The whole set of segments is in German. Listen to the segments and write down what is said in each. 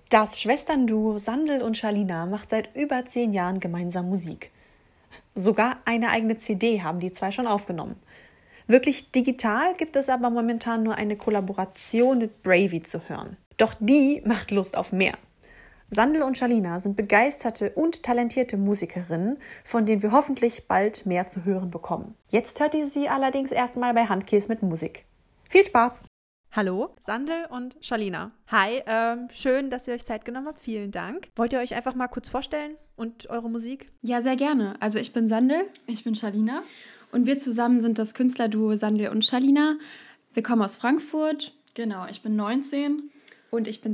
Das Schwesternduo Sandel und Shalina macht seit über 10 Jahren gemeinsam Musik. Sogar eine eigene CD haben die zwei schon aufgenommen. Wirklich digital gibt es aber momentan nur eine Kollaboration mit Bravey zu hören. Doch die macht Lust auf mehr. Sandel und Shalina sind begeisterte und talentierte Musikerinnen, von denen wir hoffentlich bald mehr zu hören bekommen. Jetzt hört ihr sie allerdings erstmal bei Handkäse mit Musik. Viel Spaß! Hallo, Sandel und Shalina. Hi, schön, dass ihr euch Zeit genommen habt. Vielen Dank. Wollt ihr euch einfach mal kurz vorstellen und eure Musik? Ja, sehr gerne. Also ich bin Sandel. Ich bin Shalina. Und wir zusammen sind das Künstlerduo Sandel und Shalina. Wir kommen aus Frankfurt. Genau, ich bin 19. Und ich bin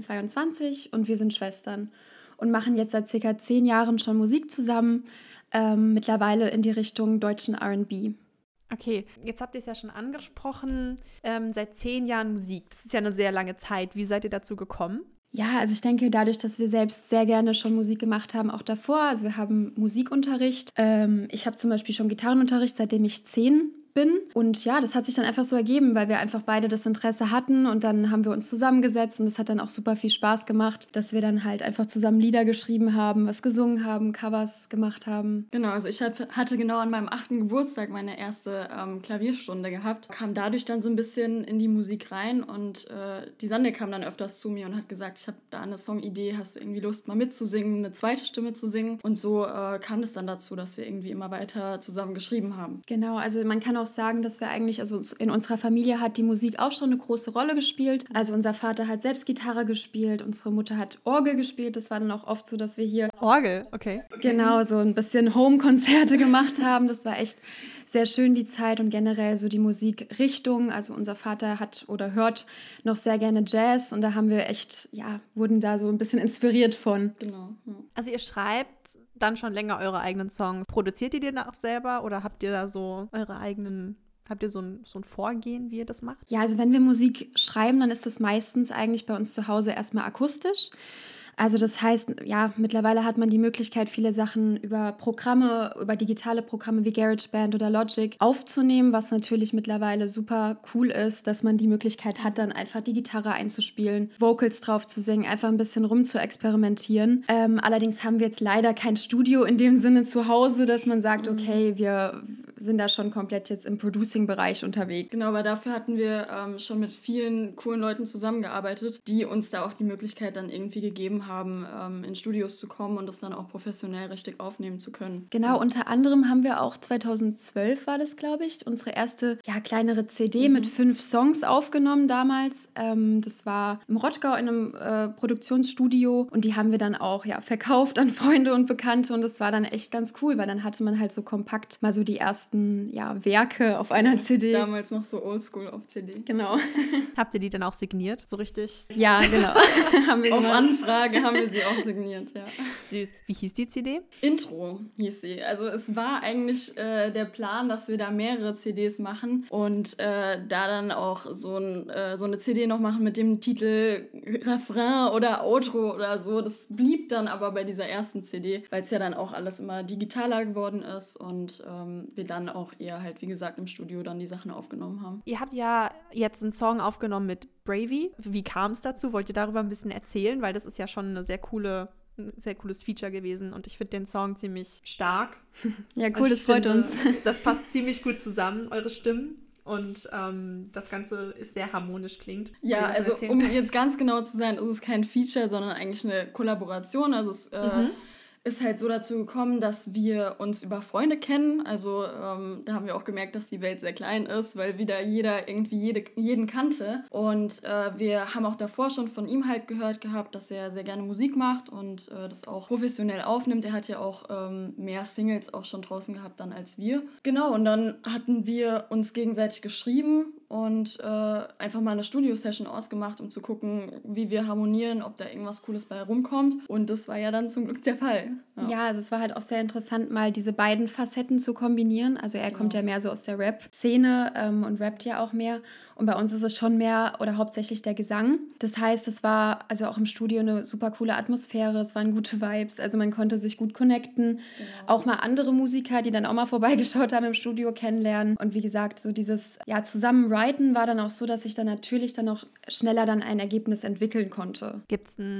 22 und wir sind Schwestern. Und machen jetzt seit ca. 10 Jahren schon Musik zusammen. Mittlerweile in die Richtung deutschen R&B. Okay, jetzt habt ihr es ja schon angesprochen, seit 10 Jahren Musik. Das ist ja eine sehr lange Zeit. Wie seid ihr dazu gekommen? Ja, also ich denke, dadurch, dass wir selbst sehr gerne schon Musik gemacht haben, auch davor. Also wir haben Musikunterricht. Ich habe zum Beispiel schon Gitarrenunterricht, seitdem ich 10 bin. Und ja, das hat sich dann einfach so ergeben, weil wir einfach beide das Interesse hatten und dann haben wir uns zusammengesetzt und es hat dann auch super viel Spaß gemacht, dass wir dann halt einfach zusammen Lieder geschrieben haben, was gesungen haben, Covers gemacht haben. Genau, also ich hatte genau an meinem 8. Geburtstag meine erste Klavierstunde gehabt, kam dadurch dann so ein bisschen in die Musik rein und die Sande kam dann öfters zu mir und hat gesagt, ich habe da eine Songidee, hast du irgendwie Lust mal mitzusingen, eine zweite Stimme zu singen und so kam es dann dazu, dass wir irgendwie immer weiter zusammen geschrieben haben. Genau, also man kann auch sagen, dass wir eigentlich, also in unserer Familie hat die Musik auch schon eine große Rolle gespielt. Also unser Vater hat selbst Gitarre gespielt, unsere Mutter hat Orgel gespielt. Das war dann auch oft so, dass wir hier Orgel, okay. Genau, so ein bisschen Home-Konzerte gemacht haben. Das war echt sehr schön, die Zeit und generell so die Musikrichtung. Also unser Vater hat oder hört noch sehr gerne Jazz und da haben wir echt, ja, wurden da so ein bisschen inspiriert von. Genau. Ja. Also ihr schreibt dann schon länger eure eigenen Songs. Produziert ihr die dann auch selber oder habt ihr da so eure eigenen, habt ihr so ein Vorgehen, wie ihr das macht? Ja, also wenn wir Musik schreiben, dann ist das meistens eigentlich bei uns zu Hause erstmal akustisch. Also das heißt, ja, mittlerweile hat man die Möglichkeit, viele Sachen über Programme, über digitale Programme wie GarageBand oder Logic aufzunehmen, was natürlich mittlerweile super cool ist, dass man die Möglichkeit hat, dann einfach die Gitarre einzuspielen, Vocals drauf zu singen, einfach ein bisschen rum zu experimentieren. Allerdings haben wir jetzt leider kein Studio in dem Sinne zu Hause, dass man sagt, okay, wir sind da schon komplett jetzt im Producing-Bereich unterwegs. Genau, aber dafür hatten wir schon mit vielen coolen Leuten zusammengearbeitet, die uns da auch die Möglichkeit dann irgendwie gegeben haben, in Studios zu kommen und das dann auch professionell richtig aufnehmen zu können. Genau, unter anderem haben wir auch 2012 war das, glaube ich, unsere erste kleinere CD mit 5 Songs aufgenommen damals. Das war im Rottgau in einem Produktionsstudio und die haben wir dann auch verkauft an Freunde und Bekannte und das war dann echt ganz cool, weil dann hatte man halt so kompakt mal so die ersten Werke auf einer CD. Damals noch so oldschool auf CD. Genau. Habt ihr die dann auch signiert, so richtig? Ja, genau. Haben wir auf Anfrage haben wir sie auch signiert, ja. Süß. Wie hieß die CD? Intro hieß sie. Also es war eigentlich der Plan, dass wir da mehrere CDs machen und da dann auch so eine CD noch machen mit dem Titel Refrain oder Outro oder so. Das blieb dann aber bei dieser ersten CD, weil es ja dann auch alles immer digitaler geworden ist und wir dann auch eher halt, wie gesagt, im Studio dann die Sachen aufgenommen haben. Ihr habt ja jetzt einen Song aufgenommen mit Bravey. Wie kam es dazu? Wollt ihr darüber ein bisschen erzählen? Weil das ist ja schon ein sehr cooles Feature gewesen und ich finde den Song ziemlich stark. Ja, cool, das freut uns. Das passt ziemlich gut zusammen, eure Stimmen. Und das Ganze ist sehr harmonisch klingt. Ja, also um jetzt ganz genau zu sein, ist es kein Feature, sondern eigentlich eine Kollaboration. Also es ist halt so dazu gekommen, dass wir uns über Freunde kennen. Also da haben wir auch gemerkt, dass die Welt sehr klein ist, weil wieder jeder irgendwie jeden kannte. Und wir haben auch davor schon von ihm halt gehört gehabt, dass er sehr gerne Musik macht und das auch professionell aufnimmt. Er hat ja auch mehr Singles auch schon draußen gehabt dann als wir. Genau, und dann hatten wir uns gegenseitig geschrieben und einfach mal eine Studio-Session ausgemacht, um zu gucken, wie wir harmonieren, ob da irgendwas Cooles bei rumkommt. Und das war ja dann zum Glück der Fall. Ja, also es war halt auch sehr interessant, mal diese beiden Facetten zu kombinieren. Also er kommt ja mehr so aus der Rap-Szene und rappt ja auch mehr. Und bei uns ist es schon mehr oder hauptsächlich der Gesang. Das heißt, es war also auch im Studio eine super coole Atmosphäre, es waren gute Vibes, also man konnte sich gut connecten. Genau. Auch mal andere Musiker, die dann auch mal vorbeigeschaut haben im Studio, kennenlernen. Und wie gesagt, so dieses zusammen writen war dann auch so, dass ich dann natürlich dann auch schneller dann ein Ergebnis entwickeln konnte. Gibt es einen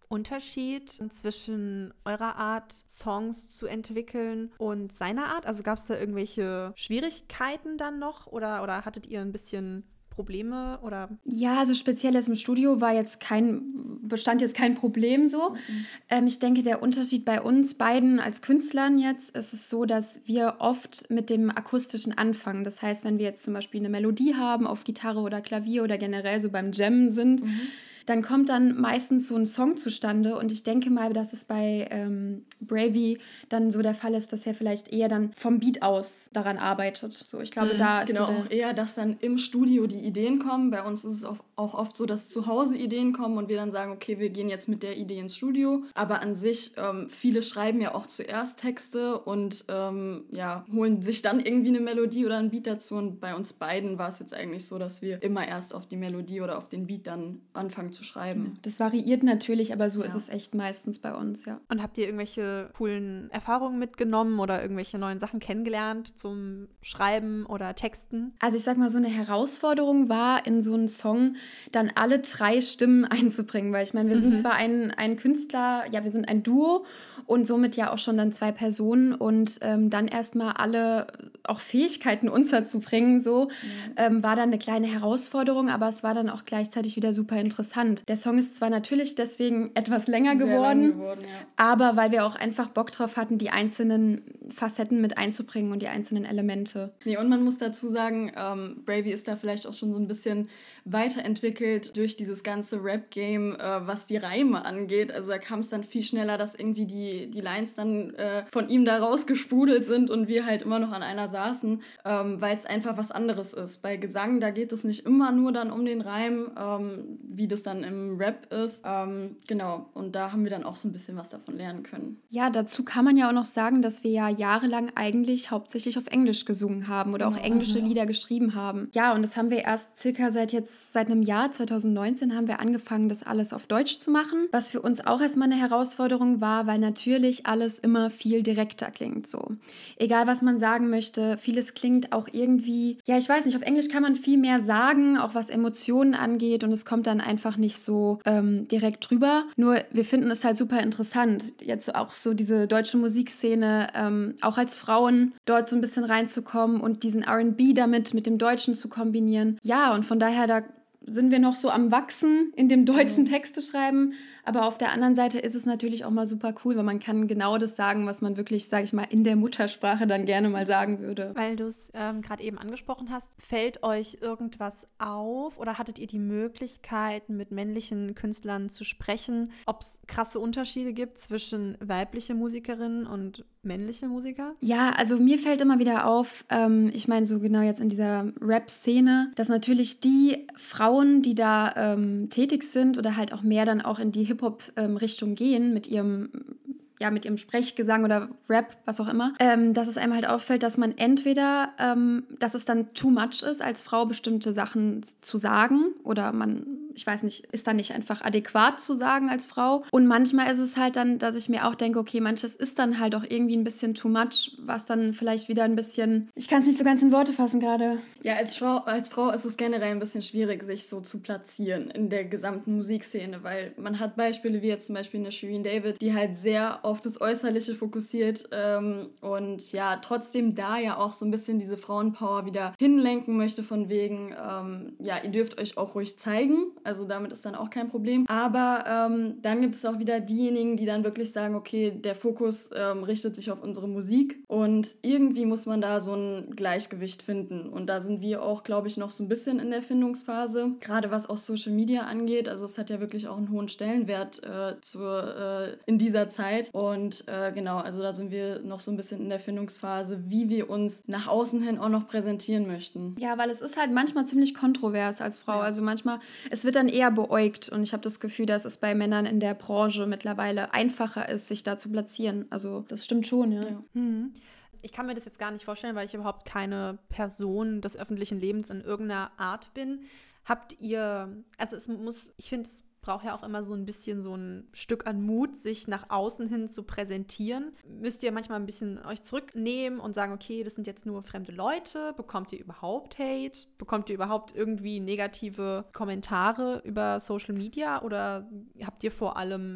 Unterschied zwischen eurer Art, Songs zu entwickeln und seiner Art? Also gab es da irgendwelche Schwierigkeiten dann noch oder hattet ihr ein bisschen Probleme oder? Ja, also speziell jetzt im Studio bestand jetzt kein Problem so. Ich denke, der Unterschied bei uns beiden als Künstlern jetzt ist es so, dass wir oft mit dem Akustischen anfangen. Das heißt, wenn wir jetzt zum Beispiel eine Melodie haben auf Gitarre oder Klavier oder generell so beim Jammen sind, dann kommt dann meistens so ein Song zustande und ich denke mal, dass es bei Bravey dann so der Fall ist, dass er vielleicht eher dann vom Beat aus daran arbeitet. So, ich glaube, da ist genau, auch eher, dass dann im Studio die Ideen kommen. Bei uns ist es auch oft so, dass zu Hause Ideen kommen und wir dann sagen, okay, wir gehen jetzt mit der Idee ins Studio. Aber an sich, viele schreiben ja auch zuerst Texte und holen sich dann irgendwie eine Melodie oder einen Beat dazu. Und bei uns beiden war es jetzt eigentlich so, dass wir immer erst auf die Melodie oder auf den Beat dann anfangen zu schreiben. Das variiert natürlich, aber so ist es echt meistens bei uns, ja. Und habt ihr irgendwelche coolen Erfahrungen mitgenommen oder irgendwelche neuen Sachen kennengelernt zum Schreiben oder Texten? Also ich sag mal, so eine Herausforderung war, in so einen Song dann alle 3 Stimmen einzubringen, weil ich meine, wir sind zwar ein Künstler, ja, wir sind ein Duo und somit ja auch schon dann 2 Personen und dann erstmal alle auch Fähigkeiten unterzubringen, so war dann eine kleine Herausforderung, aber es war dann auch gleichzeitig wieder super interessant. Der Song ist zwar natürlich deswegen etwas länger geworden, aber weil wir auch einfach Bock drauf hatten, die einzelnen Facetten mit einzubringen und die einzelnen Elemente. Nee, und man muss dazu sagen, Bravey ist da vielleicht auch schon so ein bisschen weiterentwickelt durch dieses ganze Rap-Game, was die Reime angeht. Also da kam es dann viel schneller, dass irgendwie die Lines dann von ihm da rausgesprudelt sind und wir halt immer noch an einer saßen, weil es einfach was anderes ist. Bei Gesang, da geht es nicht immer nur dann um den Reim, wie das dann im Rap ist. Genau, und da haben wir dann auch so ein bisschen was davon lernen können. Ja, dazu kann man ja auch noch sagen, dass wir ja jahrelang eigentlich hauptsächlich auf Englisch gesungen haben oder auch englische Lieder geschrieben haben. Ja, und das haben wir erst seit einem Jahr, 2019, haben wir angefangen, das alles auf Deutsch zu machen, was für uns auch erstmal eine Herausforderung war, weil natürlich alles immer viel direkter klingt, so. Egal, was man sagen möchte, vieles klingt auch irgendwie, ja, ich weiß nicht, auf Englisch kann man viel mehr sagen, auch was Emotionen angeht und es kommt dann einfach nicht so direkt drüber. Nur wir finden es halt super interessant, jetzt auch so diese deutsche Musikszene, auch als Frauen dort so ein bisschen reinzukommen und diesen R&B damit mit dem Deutschen zu kombinieren. Ja, und von daher, da sind wir noch so am Wachsen in dem deutschen Texte schreiben. Aber auf der anderen Seite ist es natürlich auch mal super cool, weil man kann genau das sagen, was man wirklich, sage ich mal, in der Muttersprache dann gerne mal sagen würde. Weil du es gerade eben angesprochen hast, fällt euch irgendwas auf oder hattet ihr die Möglichkeit, mit männlichen Künstlern zu sprechen, ob es krasse Unterschiede gibt zwischen weibliche Musikerinnen und männliche Musiker? Ja, also mir fällt immer wieder auf, ich meine so genau jetzt in dieser Rap-Szene, dass natürlich die Frauen, die da tätig sind oder halt auch mehr dann auch in die Hip-Hop-Richtung gehen mit ihrem Sprechgesang oder Rap, was auch immer, dass es einem halt auffällt, dass man entweder, dass es dann too much ist, als Frau bestimmte Sachen zu sagen oder ich weiß nicht, ist dann nicht einfach adäquat zu sagen als Frau. Und manchmal ist es halt dann, dass ich mir auch denke, okay, manches ist dann halt auch irgendwie ein bisschen too much, was dann vielleicht wieder ein bisschen, ich kann es nicht so ganz in Worte fassen gerade. Ja, als Frau ist es generell ein bisschen schwierig, sich so zu platzieren in der gesamten Musikszene, weil man hat Beispiele wie jetzt zum Beispiel eine Shirin David, die halt sehr auf das Äußerliche fokussiert und ja, trotzdem da ja auch so ein bisschen diese Frauenpower wieder hinlenken möchte von wegen, ihr dürft euch auch ruhig zeigen, also damit ist dann auch kein Problem, aber dann gibt es auch wieder diejenigen, die dann wirklich sagen, okay, der Fokus richtet sich auf unsere Musik und irgendwie muss man da so ein Gleichgewicht finden und da sind wir auch, glaube ich, noch so ein bisschen in der Findungsphase, gerade was auch Social Media angeht, also es hat ja wirklich auch einen hohen Stellenwert in dieser Zeit. Und genau, also da sind wir noch so ein bisschen in der Findungsphase, wie wir uns nach außen hin auch noch präsentieren möchten. Ja, weil es ist halt manchmal ziemlich kontrovers als Frau. Ja. Also manchmal, es wird dann eher beäugt und ich habe das Gefühl, dass es bei Männern in der Branche mittlerweile einfacher ist, sich da zu platzieren. Also das stimmt schon, ja. Ich kann mir das jetzt gar nicht vorstellen, weil ich überhaupt keine Person des öffentlichen Lebens in irgendeiner Art bin. Habt ihr, also ich finde, es braucht ja auch immer so ein bisschen so ein Stück an Mut, sich nach außen hin zu präsentieren. Müsst ihr manchmal ein bisschen euch zurücknehmen und sagen, okay, das sind jetzt nur fremde Leute. Bekommt ihr überhaupt Hate? Bekommt ihr überhaupt irgendwie negative Kommentare über Social Media? Oder habt ihr vor allem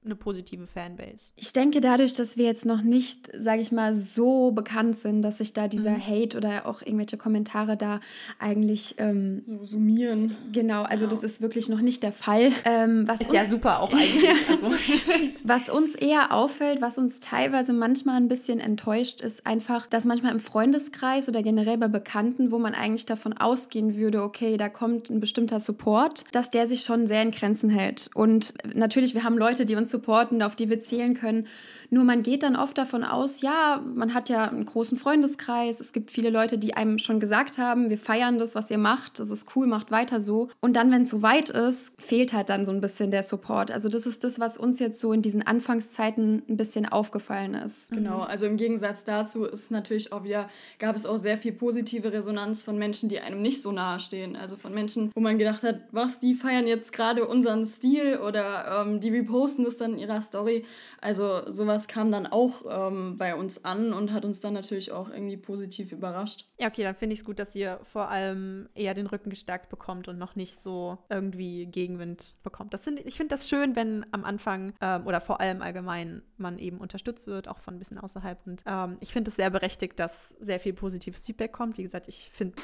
eine positive Fanbase? Ich denke, dadurch, dass wir jetzt noch nicht, sage ich mal, so bekannt sind, dass sich da dieser Hate oder auch irgendwelche Kommentare da eigentlich so summieren. Genau, also das ist wirklich noch nicht der Fall. Was ist ja super auch eigentlich. Also. Was uns eher auffällt, was uns teilweise manchmal ein bisschen enttäuscht, ist einfach, dass manchmal im Freundeskreis oder generell bei Bekannten, wo man eigentlich davon ausgehen würde, okay, da kommt ein bestimmter Support, dass der sich schon sehr in Grenzen hält. Und natürlich, wir haben Leute, die uns supporten, auf die wir zählen können. Nur man geht dann oft davon aus, ja, man hat ja einen großen Freundeskreis, es gibt viele Leute, die einem schon gesagt haben, wir feiern das, was ihr macht, das ist cool, macht weiter so. Und dann, wenn es so weit ist, fehlt halt dann so ein bisschen der Support. Also das ist das, was uns jetzt so in diesen Anfangszeiten ein bisschen aufgefallen ist. Genau, also im Gegensatz dazu ist natürlich auch wieder, gab es auch sehr viel positive Resonanz von Menschen, die einem nicht so nahe stehen. Also von Menschen, wo man gedacht hat, was, die feiern jetzt gerade unseren Stil oder die reposten das dann in ihrer Story. Also sowas kam dann auch bei uns an und hat uns dann natürlich auch irgendwie positiv überrascht. Ja, okay, dann finde ich es gut, dass ihr vor allem eher den Rücken gestärkt bekommt und noch nicht so irgendwie Gegenwind bekommt. Ich finde das schön, wenn am Anfang oder vor allem allgemein man eben unterstützt wird, auch von ein bisschen außerhalb. Und ich finde es sehr berechtigt, dass sehr viel positives Feedback kommt. Wie gesagt, ich finde,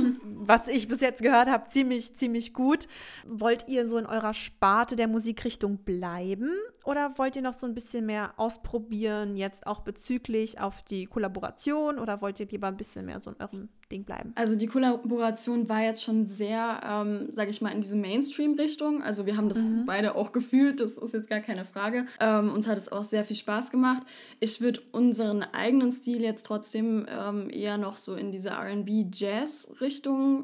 was ich bis jetzt gehört habe, ziemlich, ziemlich gut. Wollt ihr so in eurer Sparte der Musikrichtung bleiben oder wollt ihr noch so ein bisschen mehr ausprobieren, jetzt auch bezüglich auf die Kollaboration, oder wollt ihr lieber ein bisschen mehr so in eurem Ding bleiben? Also die Kollaboration war jetzt schon sehr, sage ich mal, in diese Mainstream-Richtung. Also wir haben das beide auch gefühlt, das ist jetzt gar keine Frage. Uns hat es auch sehr viel Spaß gemacht. Ich würde unseren eigenen Stil jetzt trotzdem eher noch so in diese R&B-Jazz-Richtung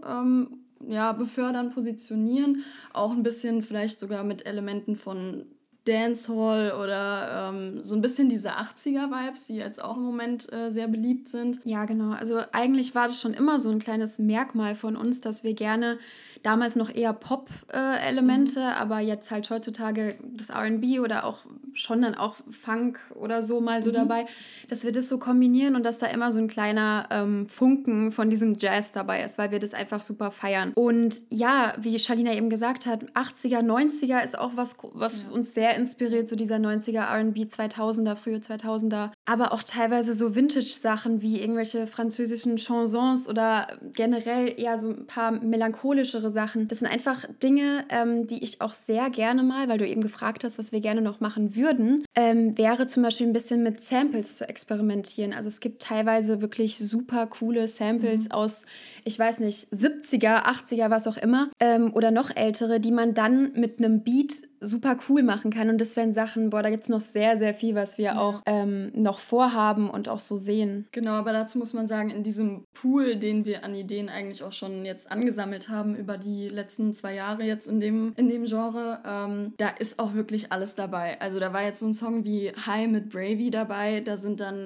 befördern, positionieren. Auch ein bisschen vielleicht sogar mit Elementen von Dancehall oder so ein bisschen diese 80er-Vibes, die jetzt auch im Moment sehr beliebt sind. Ja, genau. Also eigentlich war das schon immer so ein kleines Merkmal von uns, dass wir gerne damals noch eher Pop-Elemente, aber jetzt halt heutzutage das R&B oder auch schon dann auch Funk oder so mal so dabei, dass wir das so kombinieren und dass da immer so ein kleiner Funken von diesem Jazz dabei ist, weil wir das einfach super feiern. Und ja, wie Shalina eben gesagt hat, 80er, 90er ist auch was uns sehr inspiriert, so dieser 90er R&B, 2000er, frühe 2000er, aber auch teilweise so Vintage-Sachen wie irgendwelche französischen Chansons oder generell eher so ein paar melancholischere Sachen. Das sind einfach Dinge, die ich auch sehr gerne mal, weil du eben gefragt hast, was wir gerne noch machen würden, wäre zum Beispiel ein bisschen mit Samples zu experimentieren. Also es gibt teilweise wirklich super coole Samples aus, ich weiß nicht, 70er, 80er, was auch immer, oder noch ältere, die man dann mit einem Beat super cool machen kann. Und das wären Sachen, da gibt es noch sehr, sehr viel, was wir auch noch vorhaben und auch so sehen. Genau, aber dazu muss man sagen, in diesem Pool, den wir an Ideen eigentlich auch schon jetzt angesammelt haben über die letzten 2 Jahre jetzt in dem Genre, da ist auch wirklich alles dabei. Also da war jetzt so ein Song wie High mit Bravey dabei, da sind dann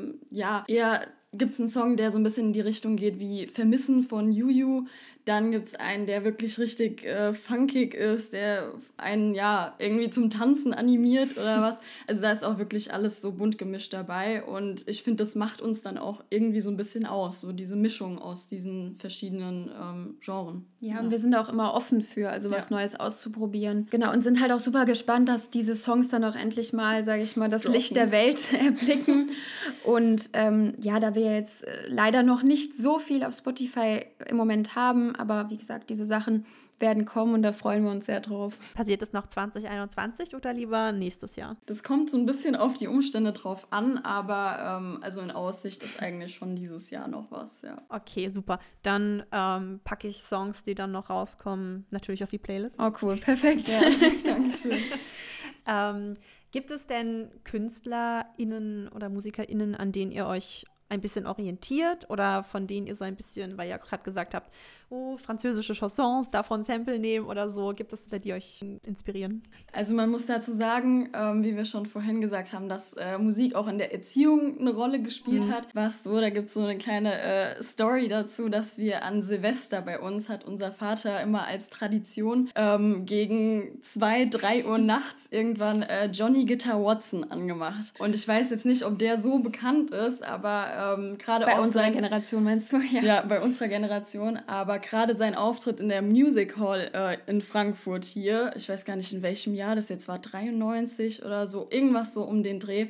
eher gibt es einen Song, der so ein bisschen in die Richtung geht wie Vermissen von Juju. Dann gibt es einen, der wirklich richtig funkig ist, der einen irgendwie zum Tanzen animiert oder was. Also da ist auch wirklich alles so bunt gemischt dabei. Und ich finde, das macht uns dann auch irgendwie so ein bisschen aus, so diese Mischung aus diesen verschiedenen Genren. Ja, und wir sind auch immer offen für, also was Neues auszuprobieren. Genau, und sind halt auch super gespannt, dass diese Songs dann auch endlich mal, sage ich mal, das Licht der Welt erblicken. Und da wir jetzt leider noch nicht so viel auf Spotify im Moment haben, aber wie gesagt, diese Sachen werden kommen und da freuen wir uns sehr drauf. Passiert das noch 2021 oder lieber nächstes Jahr? Das kommt so ein bisschen auf die Umstände drauf an, aber also in Aussicht ist eigentlich schon dieses Jahr noch was, ja. Okay, super. Dann packe ich Songs, die dann noch rauskommen, natürlich auf die Playlist. Oh cool, perfekt. Ja, Dankeschön. Gibt es denn KünstlerInnen oder MusikerInnen, an denen ihr euch ein bisschen orientiert oder von denen ihr so ein bisschen, weil ihr gerade gesagt habt, französische Chansons, davon Sample nehmen oder so, gibt es da, die euch inspirieren? Also man muss dazu sagen, wie wir schon vorhin gesagt haben, dass Musik auch in der Erziehung eine Rolle gespielt hat. Da gibt es so eine kleine Story dazu, dass wir an Silvester bei uns hat unser Vater immer als Tradition gegen 2, 3 Uhr nachts irgendwann Johnny Guitar Watson angemacht. Und ich weiß jetzt nicht, ob der so bekannt ist, aber gerade bei unserer Generation meinst du? Ja, bei unserer Generation, aber gerade sein Auftritt in der Music Hall in Frankfurt hier, ich weiß gar nicht in welchem Jahr das jetzt war, 93 oder so, irgendwas so um den Dreh,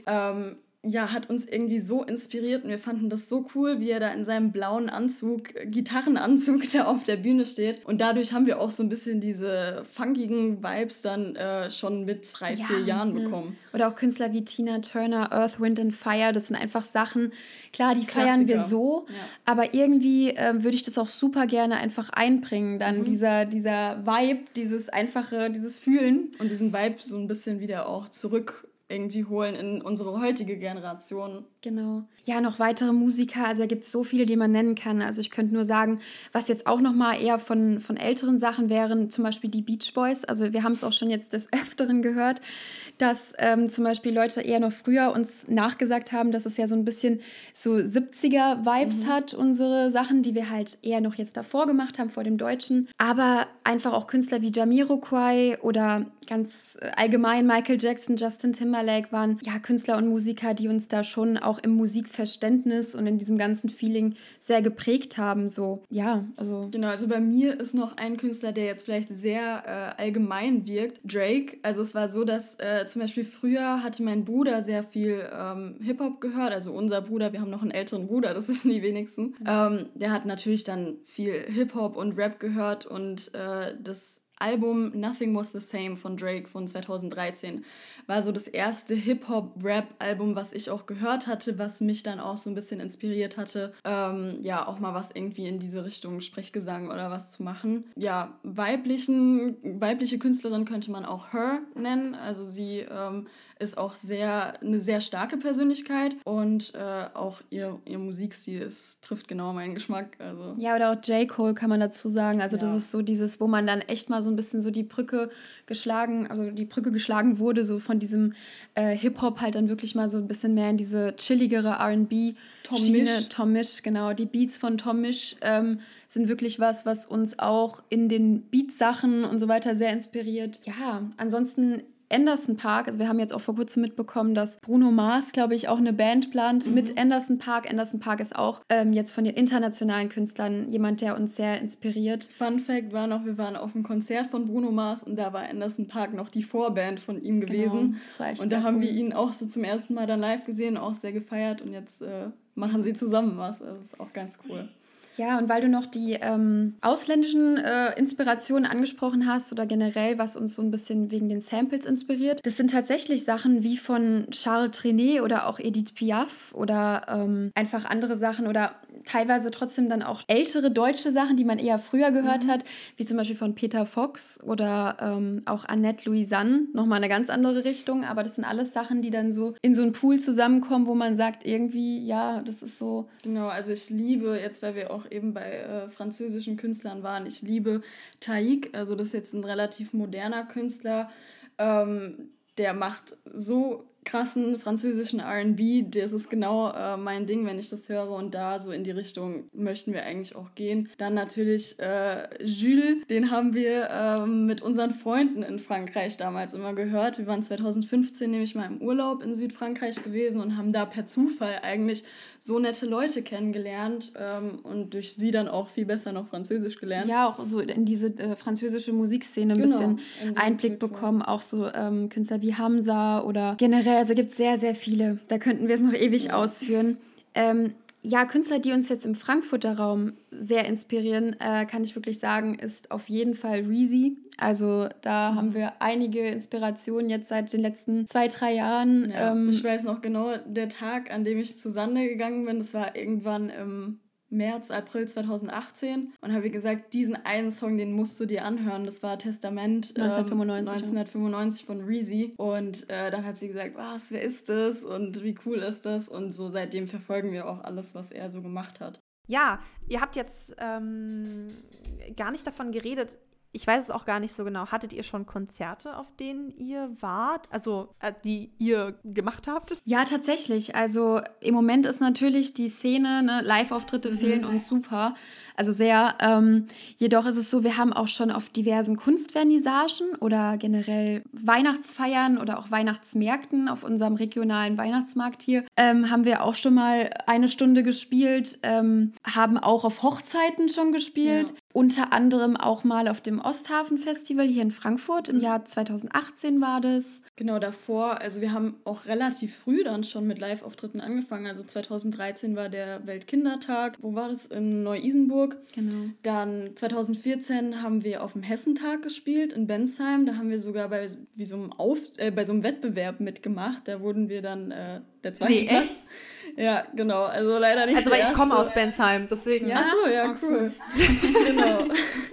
hat uns irgendwie so inspiriert und wir fanden das so cool, wie er da in seinem blauen Anzug, Gitarrenanzug, da auf der Bühne steht. Und dadurch haben wir auch so ein bisschen diese funkigen Vibes dann schon mit 3-4 Jahren bekommen. Oder auch Künstler wie Tina Turner, Earth, Wind and Fire, das sind einfach Sachen, klar, die feiern wir so, aber irgendwie würde ich das auch super gerne einfach einbringen, dann dieser Vibe, dieses einfache, dieses Fühlen. Und diesen Vibe so ein bisschen wieder auch zurück irgendwie holen in unsere heutige Generation. Genau. Ja, noch weitere Musiker, also da gibt es so viele, die man nennen kann. Also ich könnte nur sagen, was jetzt auch nochmal eher von älteren Sachen wären, zum Beispiel die Beach Boys. Also wir haben es auch schon jetzt des Öfteren gehört, dass zum Beispiel Leute eher noch früher uns nachgesagt haben, dass es ja so ein bisschen so 70er-Vibes hat, unsere Sachen, die wir halt eher noch jetzt davor gemacht haben, vor dem Deutschen. Aber einfach auch Künstler wie Jamiroquai oder ganz allgemein Michael Jackson, Justin Timberlake waren ja Künstler und Musiker, die uns da schon auch im Musikverständnis und in diesem ganzen Feeling sehr geprägt haben. So, ja, also. Genau, also bei mir ist noch ein Künstler, der jetzt vielleicht sehr allgemein wirkt, Drake. Also es war so, dass zum Beispiel früher hatte mein Bruder sehr viel Hip-Hop gehört, also unser Bruder, wir haben noch einen älteren Bruder, das wissen die wenigsten. Der hat natürlich dann viel Hip-Hop und Rap gehört und das Album Nothing Was the Same von Drake von 2013 war so das erste Hip-Hop-Rap-Album, was ich auch gehört hatte, was mich dann auch so ein bisschen inspiriert hatte, auch mal was irgendwie in diese Richtung Sprechgesang oder was zu machen. Ja, weibliche Künstlerin könnte man auch Her nennen, also sie ist auch eine sehr starke Persönlichkeit und auch ihr Musikstil trifft genau meinen Geschmack. Also. Ja, oder auch J. Cole kann man dazu sagen. Also das ist so dieses, wo man dann echt mal so ein bisschen so die Brücke geschlagen wurde, so von diesem Hip-Hop halt dann wirklich mal so ein bisschen mehr in diese chilligere R&B-Schiene. Tom Misch, genau. Die Beats von Tom Misch sind wirklich was uns auch in den Beatsachen und so weiter sehr inspiriert. Ja, ansonsten Anderson .Paak, also wir haben jetzt auch vor kurzem mitbekommen, dass Bruno Mars, glaube ich, auch eine Band plant mit Anderson .Paak. Anderson .Paak ist auch jetzt von den internationalen Künstlern jemand, der uns sehr inspiriert. Fun Fact war noch, wir waren auf einem Konzert von Bruno Mars und da war Anderson .Paak noch die Vorband von ihm gewesen. Genau, und da haben wir ihn auch so zum ersten Mal dann live gesehen, auch sehr gefeiert und jetzt machen sie zusammen was. Also das ist auch ganz cool. Ja, und weil du noch die ausländischen Inspirationen angesprochen hast oder generell, was uns so ein bisschen wegen den Samples inspiriert, das sind tatsächlich Sachen wie von Charles Trenet oder auch Edith Piaf oder einfach andere Sachen oder teilweise trotzdem dann auch ältere deutsche Sachen, die man eher früher gehört hat, wie zum Beispiel von Peter Fox oder auch Annette Louisanne, nochmal eine ganz andere Richtung, aber das sind alles Sachen, die dann so in so einen Pool zusammenkommen, wo man sagt irgendwie, ja, das ist so. Genau, also ich liebe, jetzt weil wir auch eben bei französischen Künstlern waren, ich liebe Taïk, also das ist jetzt ein relativ moderner Künstler, der macht so krassen französischen R&B, das ist genau mein Ding, wenn ich das höre und da so in die Richtung möchten wir eigentlich auch gehen. Dann natürlich Jules, den haben wir mit unseren Freunden in Frankreich damals immer gehört. Wir waren 2015 nämlich mal im Urlaub in Südfrankreich gewesen und haben da per Zufall eigentlich so nette Leute kennengelernt und durch sie dann auch viel besser noch Französisch gelernt. Ja, auch so in diese französische Musikszene ein bisschen Einblick bekommen, auch so Künstler wie Hamza oder generell, also gibt es sehr, sehr viele. Da könnten wir es noch ewig ausführen. Künstler, die uns jetzt im Frankfurter Raum sehr inspirieren, kann ich wirklich sagen, ist auf jeden Fall Reezy. Also da haben wir einige Inspirationen jetzt seit den letzten 2-3 Jahren. Ja, ich weiß noch genau, der Tag, an dem ich zu Sande gegangen bin, das war irgendwann im März, April 2018 und habe gesagt, diesen einen Song, den musst du dir anhören. Das war Testament 1995 von Reezy und dann hat sie gesagt, wer ist das und wie cool ist das und so seitdem verfolgen wir auch alles, was er so gemacht hat. Ja, ihr habt jetzt gar nicht davon geredet. Ich weiß es auch gar nicht so genau. Hattet ihr schon Konzerte, auf denen ihr wart? Also, die ihr gemacht habt? Ja, tatsächlich. Also, im Moment ist natürlich die Szene, ne, Live-Auftritte fehlen uns super. Also sehr. Jedoch ist es so, wir haben auch schon auf diversen Kunstvernissagen oder generell Weihnachtsfeiern oder auch Weihnachtsmärkten auf unserem regionalen Weihnachtsmarkt hier, haben wir auch schon mal eine Stunde gespielt, haben auch auf Hochzeiten schon gespielt. Unter anderem auch mal auf dem Osthafen-Festival hier in Frankfurt. Im Jahr 2018 war das. Genau, davor, also wir haben auch relativ früh dann schon mit Live-Auftritten angefangen. Also 2013 war der Weltkindertag. Wo war das? In Neu-Isenburg. Genau. Dann 2014 haben wir auf dem Hessentag gespielt in Bensheim. Da haben wir sogar bei so einem Wettbewerb mitgemacht. Da wurden wir dann der zweite Platz. Ja, genau. Also leider nicht. Also weil ich komme aus Bensheim, deswegen. Ja, ach so, ja, cool. Genau.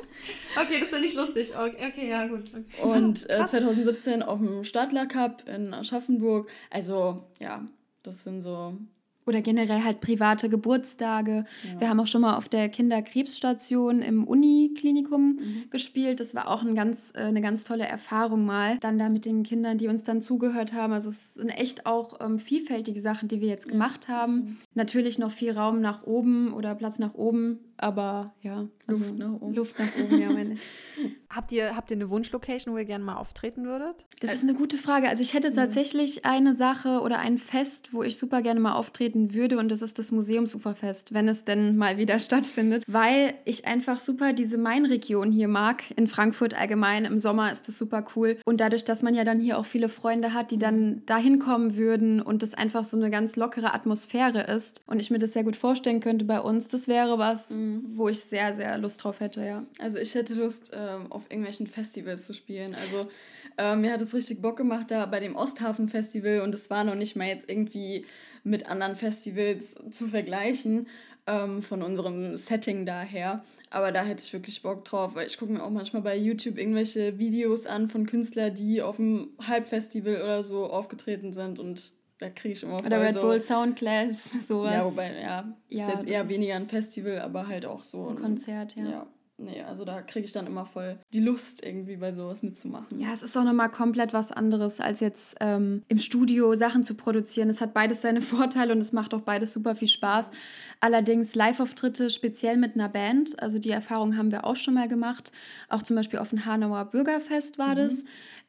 Okay, das finde ich lustig. Okay, ja, gut. Okay. Und 2017 auf dem Stadler Cup in Aschaffenburg. Also, ja, das sind so... Oder generell halt private Geburtstage. Ja. Wir haben auch schon mal auf der Kinderkrebsstation im Uniklinikum gespielt. Das war auch eine ganz tolle Erfahrung mal. Dann da mit den Kindern, die uns dann zugehört haben. Also es sind echt auch vielfältige Sachen, die wir jetzt gemacht haben. Natürlich noch viel Raum nach oben oder Platz nach oben. Aber ja, also Luft nach oben, ja, meine ich. Habt ihr eine Wunschlocation, wo ihr gerne mal auftreten würdet? Das ist eine gute Frage. Also ich hätte tatsächlich eine Sache oder ein Fest, wo ich super gerne mal auftreten würde, und das ist das Museumsuferfest, wenn es denn mal wieder stattfindet, weil ich einfach super diese Mainregion hier mag, in Frankfurt allgemein. Im Sommer ist das super cool, und dadurch, dass man ja dann hier auch viele Freunde hat, die dann da hinkommen würden und das einfach so eine ganz lockere Atmosphäre ist und ich mir das sehr gut vorstellen könnte bei uns, das wäre was, wo ich sehr, sehr Lust drauf hätte, ja. Also ich hätte Lust, auf irgendwelchen Festivals zu spielen. Also mir hat es richtig Bock gemacht da bei dem Osthafen-Festival, und es war noch nicht mal jetzt irgendwie mit anderen Festivals zu vergleichen, von unserem Setting daher. Aber da hätte ich wirklich Bock drauf, weil ich gucke mir auch manchmal bei YouTube irgendwelche Videos an von Künstlern, die auf einem Halbfestival oder so aufgetreten sind, und da kriege ich immer voll oder Red so... Bull Soundclash, sowas. Ja, wobei, ist jetzt eher weniger ein Festival, aber halt auch so ein Konzert, ja. Nee, also da kriege ich dann immer voll die Lust, irgendwie bei sowas mitzumachen. Ja, es ist auch nochmal komplett was anderes, als jetzt im Studio Sachen zu produzieren. Es hat beides seine Vorteile und es macht auch beides super viel Spaß. Allerdings Live-Auftritte speziell mit einer Band, also die Erfahrung haben wir auch schon mal gemacht. Auch zum Beispiel auf dem Hanauer Bürgerfest war das.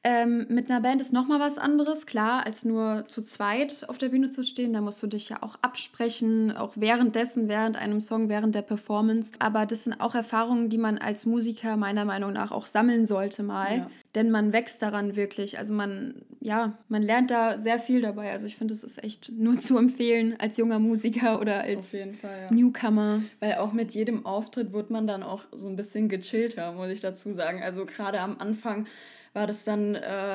Mit einer Band ist nochmal was anderes, klar, als nur zu zweit auf der Bühne zu stehen. Da musst du dich ja auch absprechen, auch während einem Song, während der Performance. Aber das sind auch Erfahrungen, die man als Musiker meiner Meinung nach auch sammeln sollte mal. Ja. Denn man wächst daran wirklich. Also man lernt da sehr viel dabei. Also ich finde, es ist echt nur zu empfehlen als junger Musiker oder als auf jeden Fall, Newcomer. Weil auch mit jedem Auftritt wird man dann auch so ein bisschen gechillter, muss ich dazu sagen. Also gerade am Anfang war das dann,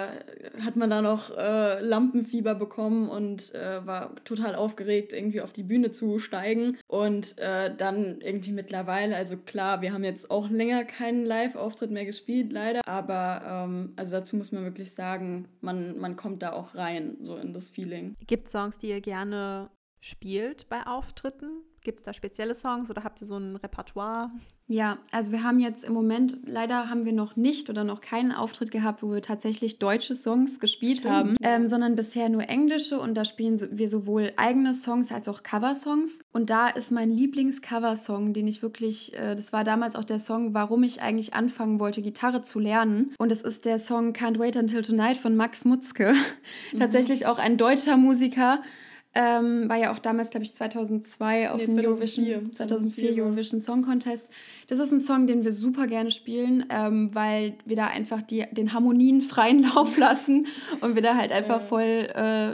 hat man da noch Lampenfieber bekommen und war total aufgeregt, irgendwie auf die Bühne zu steigen. Und dann irgendwie mittlerweile, also klar, wir haben jetzt auch länger keinen Live-Auftritt mehr gespielt, leider. Aber also dazu muss man wirklich sagen, man kommt da auch rein, so in das Feeling. Gibt es Songs, die ihr gerne spielt bei Auftritten? Gibt es da spezielle Songs oder habt ihr so ein Repertoire? Ja, also wir haben jetzt im Moment, leider haben wir noch keinen Auftritt gehabt, wo wir tatsächlich deutsche Songs gespielt haben, sondern bisher nur englische, und da spielen wir sowohl eigene Songs als auch Coversongs. Und da ist mein Lieblings-Coversong, den ich wirklich, das war damals auch der Song, warum ich eigentlich anfangen wollte, Gitarre zu lernen. Und es ist der Song Can't Wait Until Tonight von Max Mutzke. Tatsächlich auch ein deutscher Musiker. War ja auch damals, glaube ich, 2002 auf dem 2004 Eurovision Song Contest. Das ist ein Song, den wir super gerne spielen, weil wir da einfach den Harmonien freien Lauf lassen und wir da halt einfach voll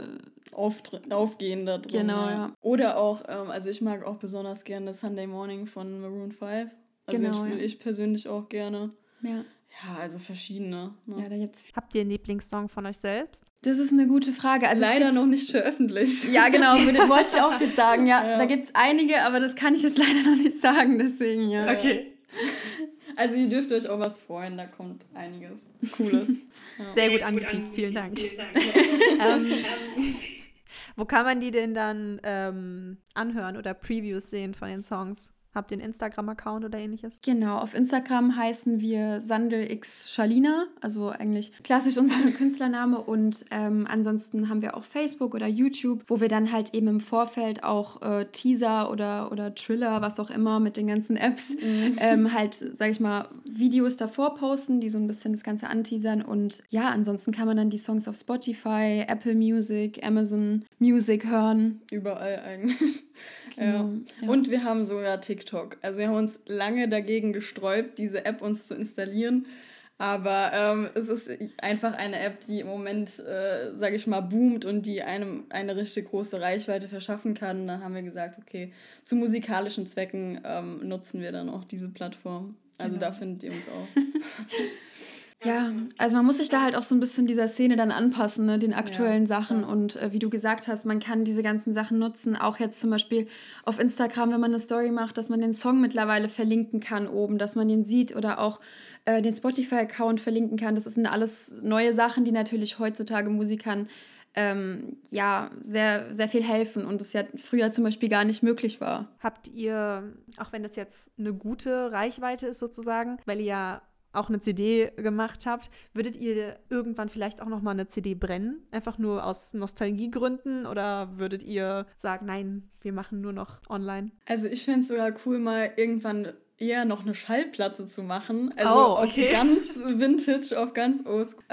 aufgehen da drin. Genau, ja. Oder auch, also ich mag auch besonders gerne Sunday Morning von Maroon 5. Also den spiele ich persönlich auch gerne. Ja. Ja, also verschiedene. Ne? Ja, da gibt's... Habt ihr einen Lieblingssong von euch selbst? Das ist eine gute Frage. Also leider noch nicht veröffentlicht. Ja, genau, wollte ich auch jetzt sagen. Ja, da gibt es einige, aber das kann ich jetzt leider noch nicht sagen, deswegen, ja. Okay. Also ihr dürft euch auch was freuen, da kommt einiges Cooles. Ja. Sehr gut angeteased, vielen Dank. Wo kann man die denn dann anhören oder Previews sehen von den Songs? Habt ihr einen Instagram-Account oder ähnliches? Genau, auf Instagram heißen wir Sandel x Schalina, also eigentlich klassisch unser Künstlername, und ansonsten haben wir auch Facebook oder YouTube, wo wir dann halt eben im Vorfeld auch Teaser oder Triller, was auch immer mit den ganzen Apps, halt, sag ich mal, Videos davor posten, die so ein bisschen das Ganze anteasern, und ja, ansonsten kann man dann die Songs auf Spotify, Apple Music, Amazon Music hören. Überall eigentlich. Ja. Und wir haben sogar TikTok. Also wir haben uns lange dagegen gesträubt, diese App uns zu installieren. Aber es ist einfach eine App, die im Moment, sage ich mal, boomt und die einem eine richtig große Reichweite verschaffen kann. Dann haben wir gesagt, okay, zu musikalischen Zwecken nutzen wir dann auch diese Plattform. Also da findet ihr uns auch. Ja, also man muss sich da halt auch so ein bisschen dieser Szene dann anpassen, ne, den aktuellen Sachen. Und wie du gesagt hast, man kann diese ganzen Sachen nutzen. Auch jetzt zum Beispiel auf Instagram, wenn man eine Story macht, dass man den Song mittlerweile verlinken kann oben, dass man den sieht oder auch den Spotify-Account verlinken kann. Das sind alles neue Sachen, die natürlich heutzutage Musikern sehr, sehr viel helfen und das ja früher zum Beispiel gar nicht möglich war. Habt ihr, auch wenn das jetzt eine gute Reichweite ist sozusagen, weil ihr ja auch eine CD gemacht habt, würdet ihr irgendwann vielleicht auch nochmal eine CD brennen? Einfach nur aus Nostalgiegründen oder würdet ihr sagen, nein, wir machen nur noch online? Also ich fände es sogar cool, mal irgendwann eher noch eine Schallplatte zu machen. Also auf ganz Vintage, auf ganz oldschool.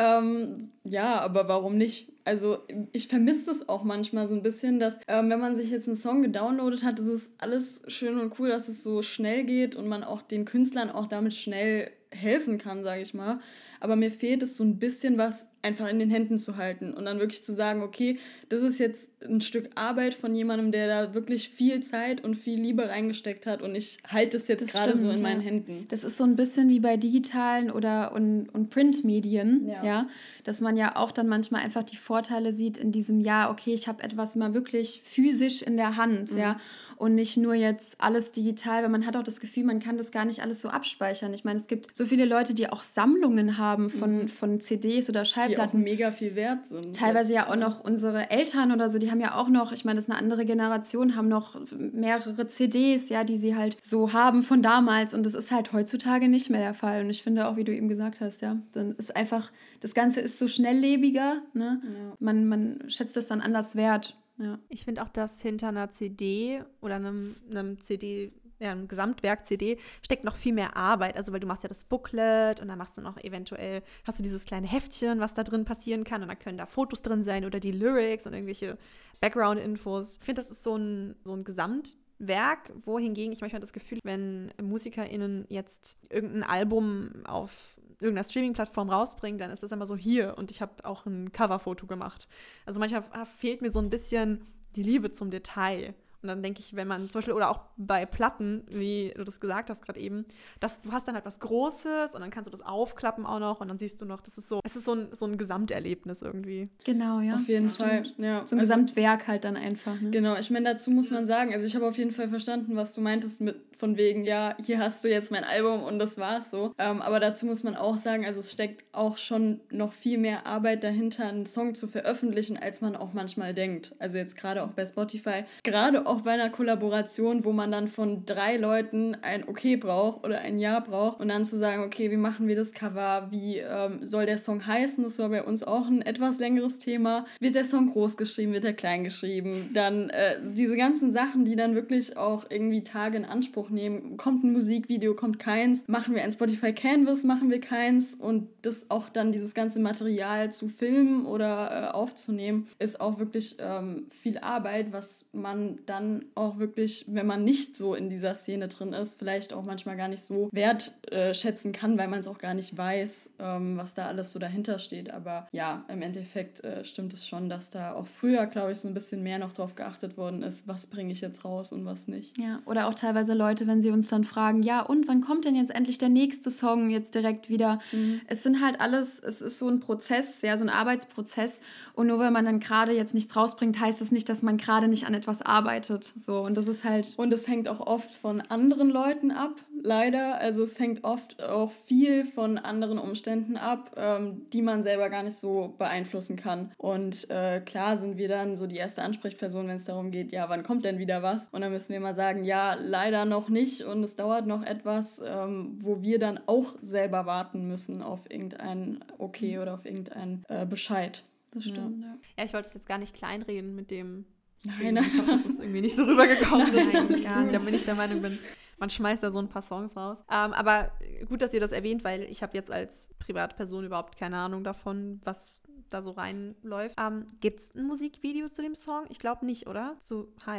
Ja, aber warum nicht? Also ich vermisse es auch manchmal so ein bisschen, dass wenn man sich jetzt einen Song gedownloadet hat, ist es alles schön und cool, dass es so schnell geht und man auch den Künstlern auch damit schnell helfen kann, sage ich mal. Aber mir fehlt es so ein bisschen was einfach in den Händen zu halten und dann wirklich zu sagen, okay, das ist jetzt ein Stück Arbeit von jemandem, der da wirklich viel Zeit und viel Liebe reingesteckt hat und ich halte es jetzt gerade so in meinen Händen. Das ist so ein bisschen wie bei digitalen und Printmedien, dass man ja auch dann manchmal einfach die Vorteile sieht in diesem, okay, ich habe etwas mal wirklich physisch in der Hand, und nicht nur jetzt alles digital, weil man hat auch das Gefühl, man kann das gar nicht alles so abspeichern. Ich meine, es gibt so viele Leute, die auch Sammlungen haben von CDs oder Schallplatten. Die auch mega viel wert sind. Teilweise ja auch noch unsere Eltern oder so, die haben ja auch noch, ich meine, das ist eine andere Generation, haben noch mehrere CDs, die sie halt so haben von damals und das ist halt heutzutage nicht mehr der Fall. Und ich finde auch, wie du eben gesagt hast, dann ist einfach, das Ganze ist so schnelllebiger, ne? Ja. Man schätzt das dann anders wert. Ja. Ich finde auch, dass hinter einer CD oder einem CD, einem Gesamtwerk CD, steckt noch viel mehr Arbeit. Also, weil du machst ja das Booklet und dann machst du noch eventuell, hast du dieses kleine Heftchen, was da drin passieren kann und dann können da Fotos drin sein oder die Lyrics und irgendwelche Background-Infos. Ich finde, das ist so ein Gesamtwerk, wohingegen ich manchmal das Gefühl, wenn MusikerInnen jetzt irgendein Album auf irgendeiner Streaming-Plattform rausbringen, dann ist das immer so hier und ich habe auch ein Coverfoto gemacht. Also manchmal fehlt mir so ein bisschen die Liebe zum Detail. Und dann denke ich, wenn man zum Beispiel, oder auch bei Platten, wie du das gesagt hast gerade eben, dass du hast dann halt was Großes und dann kannst du das aufklappen auch noch und dann siehst du noch, es ist so ein Gesamterlebnis irgendwie. Genau, ja. Auf jeden Fall, ja. So ein Gesamtwerk halt dann einfach. Ne? Genau, ich meine, dazu muss man sagen, also ich habe auf jeden Fall verstanden, was du meintest von wegen, hier hast du jetzt mein Album und das war's so. Aber dazu muss man auch sagen, also es steckt auch schon noch viel mehr Arbeit dahinter, einen Song zu veröffentlichen, als man auch manchmal denkt. Also jetzt gerade auch bei Spotify, gerade auch bei einer Kollaboration, wo man dann von 3 Leuten ein Okay braucht oder ein Ja braucht und dann zu sagen, okay, wie machen wir das Cover, wie soll der Song heißen, das war bei uns auch ein etwas längeres Thema, wird der Song groß geschrieben, wird er klein geschrieben, dann diese ganzen Sachen, die dann wirklich auch irgendwie Tage in Anspruch nehmen, kommt ein Musikvideo, kommt keins, machen wir ein Spotify Canvas, machen wir keins und das auch dann dieses ganze Material zu filmen oder aufzunehmen, ist auch wirklich viel Arbeit, was man dann auch wirklich, wenn man nicht so in dieser Szene drin ist, vielleicht auch manchmal gar nicht so wertschätzen kann, weil man es auch gar nicht weiß, was da alles so dahinter steht. Aber ja, im Endeffekt stimmt es schon, dass da auch früher, glaube ich, so ein bisschen mehr noch drauf geachtet worden ist, was bringe ich jetzt raus und was nicht. Ja, oder auch teilweise Leute, wenn sie uns dann fragen, ja und, wann kommt denn jetzt endlich der nächste Song jetzt direkt wieder? Es sind halt alles, es ist so ein Prozess, so ein Arbeitsprozess und nur wenn man dann gerade jetzt nichts rausbringt, heißt es nicht, dass man gerade nicht an etwas arbeitet. So, und das ist halt... Und es hängt auch oft von anderen Leuten ab, leider. Also es hängt oft auch viel von anderen Umständen ab, die man selber gar nicht so beeinflussen kann. Und klar sind wir dann so die erste Ansprechperson, wenn es darum geht, ja, wann kommt denn wieder was? Und dann müssen wir mal sagen, ja, leider noch nicht und es dauert noch etwas, wo wir dann auch selber warten müssen auf irgendein Okay oder auf irgendein Bescheid. Das stimmt, ja. Ja, ich wollte es jetzt gar nicht kleinreden mit dem... Nein, ich hoffe, das ist irgendwie nicht so rübergekommen, da bin ich der Meinung, man schmeißt da so ein paar Songs raus. Aber gut, dass ihr das erwähnt, weil ich habe jetzt als Privatperson überhaupt keine Ahnung davon, was da so reinläuft. Gibt es ein Musikvideo zu dem Song? Ich glaube nicht, oder? Zu Hi.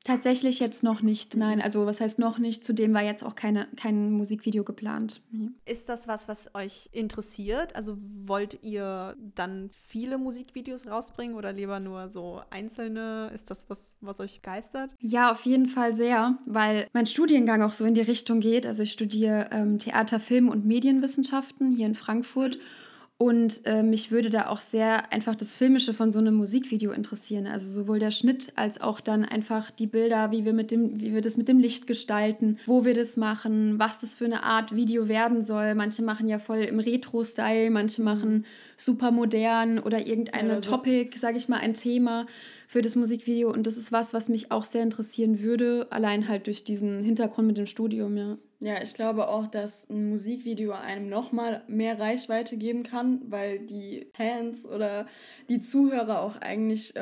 Tatsächlich jetzt noch nicht, nein. Also was heißt noch nicht? Zudem war jetzt auch kein Musikvideo geplant. Ist das was euch interessiert? Also wollt ihr dann viele Musikvideos rausbringen oder lieber nur so einzelne? Ist das was euch begeistert? Ja, auf jeden Fall sehr, weil mein Studiengang auch so in die Richtung geht. Also ich studiere Theater, Film und Medienwissenschaften hier in Frankfurt. Und mich würde da auch sehr einfach das Filmische von so einem Musikvideo interessieren. Also sowohl der Schnitt als auch dann einfach die Bilder, wie wir das mit dem Licht gestalten, wo wir das machen, was das für eine Art Video werden soll. Manche machen ja voll im Retro-Style, manche machen super modern oder irgendeine Topic, sage ich mal, ein Thema für das Musikvideo. Und das ist was mich auch sehr interessieren würde, allein halt durch diesen Hintergrund mit dem Studium, ja. Ja, ich glaube auch, dass ein Musikvideo einem nochmal mehr Reichweite geben kann, weil die Fans oder die Zuhörer auch eigentlich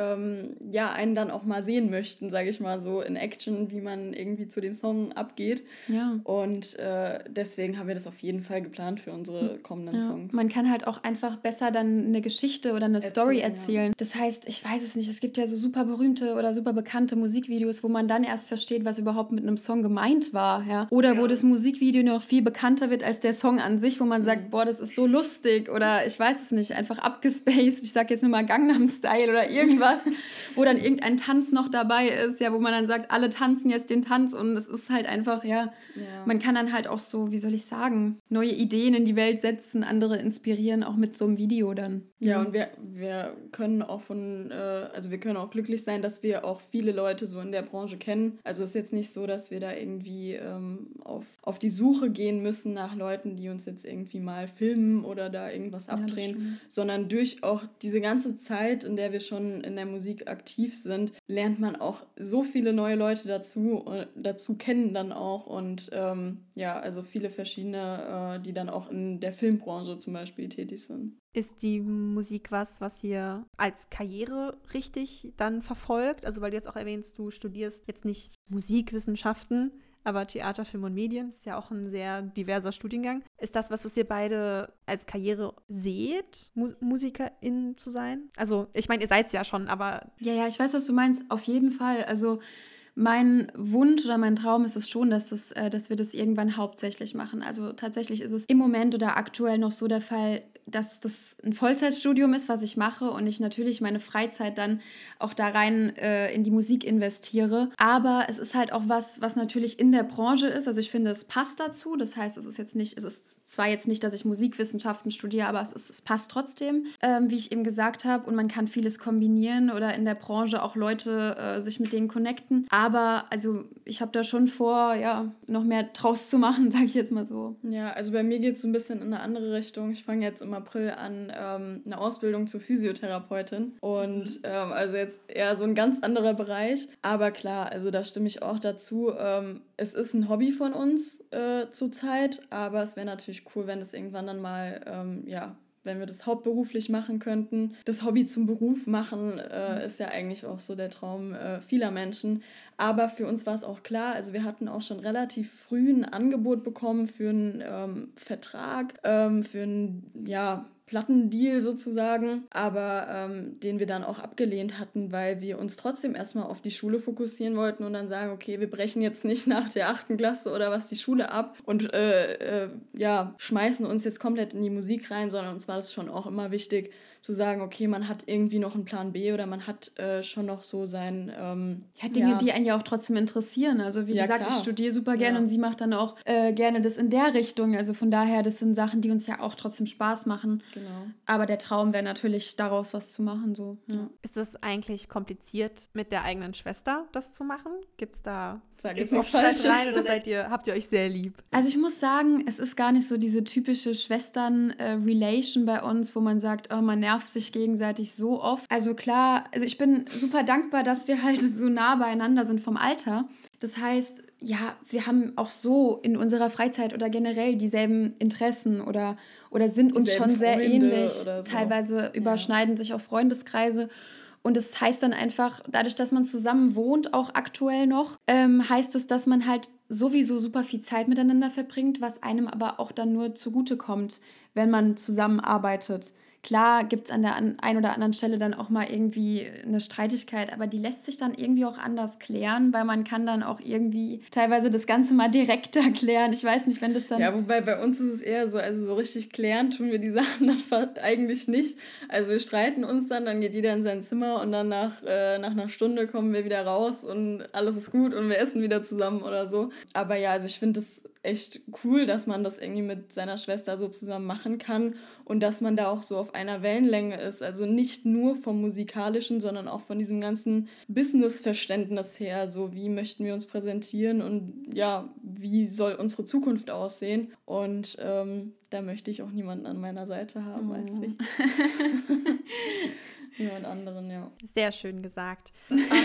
einen dann auch mal sehen möchten, sage ich mal so in Action, wie man irgendwie zu dem Song abgeht. Ja. Und deswegen haben wir das auf jeden Fall geplant für unsere kommenden Songs. Man kann halt auch einfach besser dann eine Geschichte oder eine Story erzählen. Ja. Das heißt, ich weiß es nicht, es gibt ja so super berühmte oder super bekannte Musikvideos, wo man dann erst versteht, was überhaupt mit einem Song gemeint war. Ja? Oder wo das Musikvideo noch viel bekannter wird als der Song an sich, wo man sagt, boah, das ist so lustig oder ich weiß es nicht, einfach abgespaced. Ich sag jetzt nur mal Gangnam Style oder irgendwas, wo dann irgendein Tanz noch dabei ist, ja, wo man dann sagt, alle tanzen jetzt den Tanz und es ist halt einfach, man kann dann halt auch so, wie soll ich sagen, neue Ideen in die Welt setzen, andere inspirieren, auch mit so einem Video dann. Ja, und wir können auch wir können auch glücklich sein, dass wir auch viele Leute so in der Branche kennen. Also es ist jetzt nicht so, dass wir da irgendwie auf die Suche gehen müssen nach Leuten, die uns jetzt irgendwie mal filmen oder da irgendwas abdrehen, sondern durch auch diese ganze Zeit, in der wir schon in der Musik aktiv sind, lernt man auch so viele neue Leute dazu kennen dann auch und also viele verschiedene, die dann auch in der Filmbranche zum Beispiel tätig sind. Ist die Musik was ihr als Karriere richtig dann verfolgt? Also weil du jetzt auch erwähnst, du studierst jetzt nicht Musikwissenschaften, aber Theater, Film und Medien ist ja auch ein sehr diverser Studiengang. Ist das was ihr beide als Karriere seht, MusikerInnen zu sein? Also ich meine, ihr seid es ja schon, aber... Ja, ich weiß, was du meinst, auf jeden Fall. Also mein Wunsch oder mein Traum ist es schon, dass wir das irgendwann hauptsächlich machen. Also tatsächlich ist es im Moment oder aktuell noch so der Fall, dass das ein Vollzeitstudium ist, was ich mache und ich natürlich meine Freizeit dann auch da rein in die Musik investiere. Aber es ist halt auch was natürlich in der Branche ist. Also ich finde, es passt dazu. Das heißt, es ist zwar jetzt nicht, dass ich Musikwissenschaften studiere, aber es passt trotzdem, wie ich eben gesagt habe. Und man kann vieles kombinieren oder in der Branche auch Leute sich mit denen connecten. Aber also ich habe da schon vor, noch mehr draus zu machen, sage ich jetzt mal so. Ja, also bei mir geht es so ein bisschen in eine andere Richtung. Ich fange jetzt im April an eine Ausbildung zur Physiotherapeutin und also jetzt eher so ein ganz anderer Bereich. Aber klar, also da stimme ich auch dazu. Es ist ein Hobby von uns zurzeit, aber es wäre natürlich cool, wenn das irgendwann dann mal, wenn wir das hauptberuflich machen könnten. Das Hobby zum Beruf machen ist ja eigentlich auch so der Traum vieler Menschen. Aber für uns war es auch klar, also wir hatten auch schon relativ früh ein Angebot bekommen für einen Vertrag, für einen, Plattendeal sozusagen, aber den wir dann auch abgelehnt hatten, weil wir uns trotzdem erstmal auf die Schule fokussieren wollten und dann sagen, okay, wir brechen jetzt nicht nach der 8. Klasse oder was die Schule ab und schmeißen uns jetzt komplett in die Musik rein, sondern uns war das schon auch immer wichtig zu sagen, okay, man hat irgendwie noch einen Plan B oder man hat schon noch so sein... Dinge, die einen ja auch trotzdem interessieren. Also wie gesagt, klar. Ich studiere super gerne und sie macht dann auch gerne das in der Richtung. Also von daher, das sind Sachen, die uns ja auch trotzdem Spaß machen. Genau. Aber der Traum wäre natürlich, daraus was zu machen. So. Ja. Ist es eigentlich kompliziert, mit der eigenen Schwester das zu machen? Gibt es da auch Streitereien oder habt ihr euch sehr lieb? Also ich muss sagen, es ist gar nicht so diese typische Schwestern-Relation bei uns, wo man sagt, oh, man nervt sich gegenseitig so oft. Also klar, also ich bin super dankbar, dass wir halt so nah beieinander sind vom Alter. Das heißt, wir haben auch so in unserer Freizeit oder generell dieselben Interessen oder sind uns schon sehr ähnlich. So. Teilweise überschneiden sich auch Freundeskreise. Und das heißt dann einfach, dadurch, dass man zusammen wohnt, auch aktuell noch, heißt es, dass man halt sowieso super viel Zeit miteinander verbringt, was einem aber auch dann nur zugutekommt, wenn man zusammenarbeitet. Klar gibt es an der einen oder anderen Stelle dann auch mal irgendwie eine Streitigkeit, aber die lässt sich dann irgendwie auch anders klären, weil man kann dann auch irgendwie teilweise das Ganze mal direkter klären. Ich weiß nicht, wenn das dann... Ja, wobei bei uns ist es eher so, also so richtig klären tun wir die Sachen dann eigentlich nicht. Also wir streiten uns dann geht jeder in sein Zimmer und dann nach einer Stunde kommen wir wieder raus und alles ist gut und wir essen wieder zusammen oder so. Aber ja, also ich finde es echt cool, dass man das irgendwie mit seiner Schwester so zusammen machen kann und dass man da auch so auf einer Wellenlänge ist. Also nicht nur vom Musikalischen, sondern auch von diesem ganzen Business-Verständnis her. So, wie möchten wir uns präsentieren und ja, wie soll unsere Zukunft aussehen? Und da möchte ich auch niemanden an meiner Seite haben, weiß ich. Niemand anderen, ja. Sehr schön gesagt.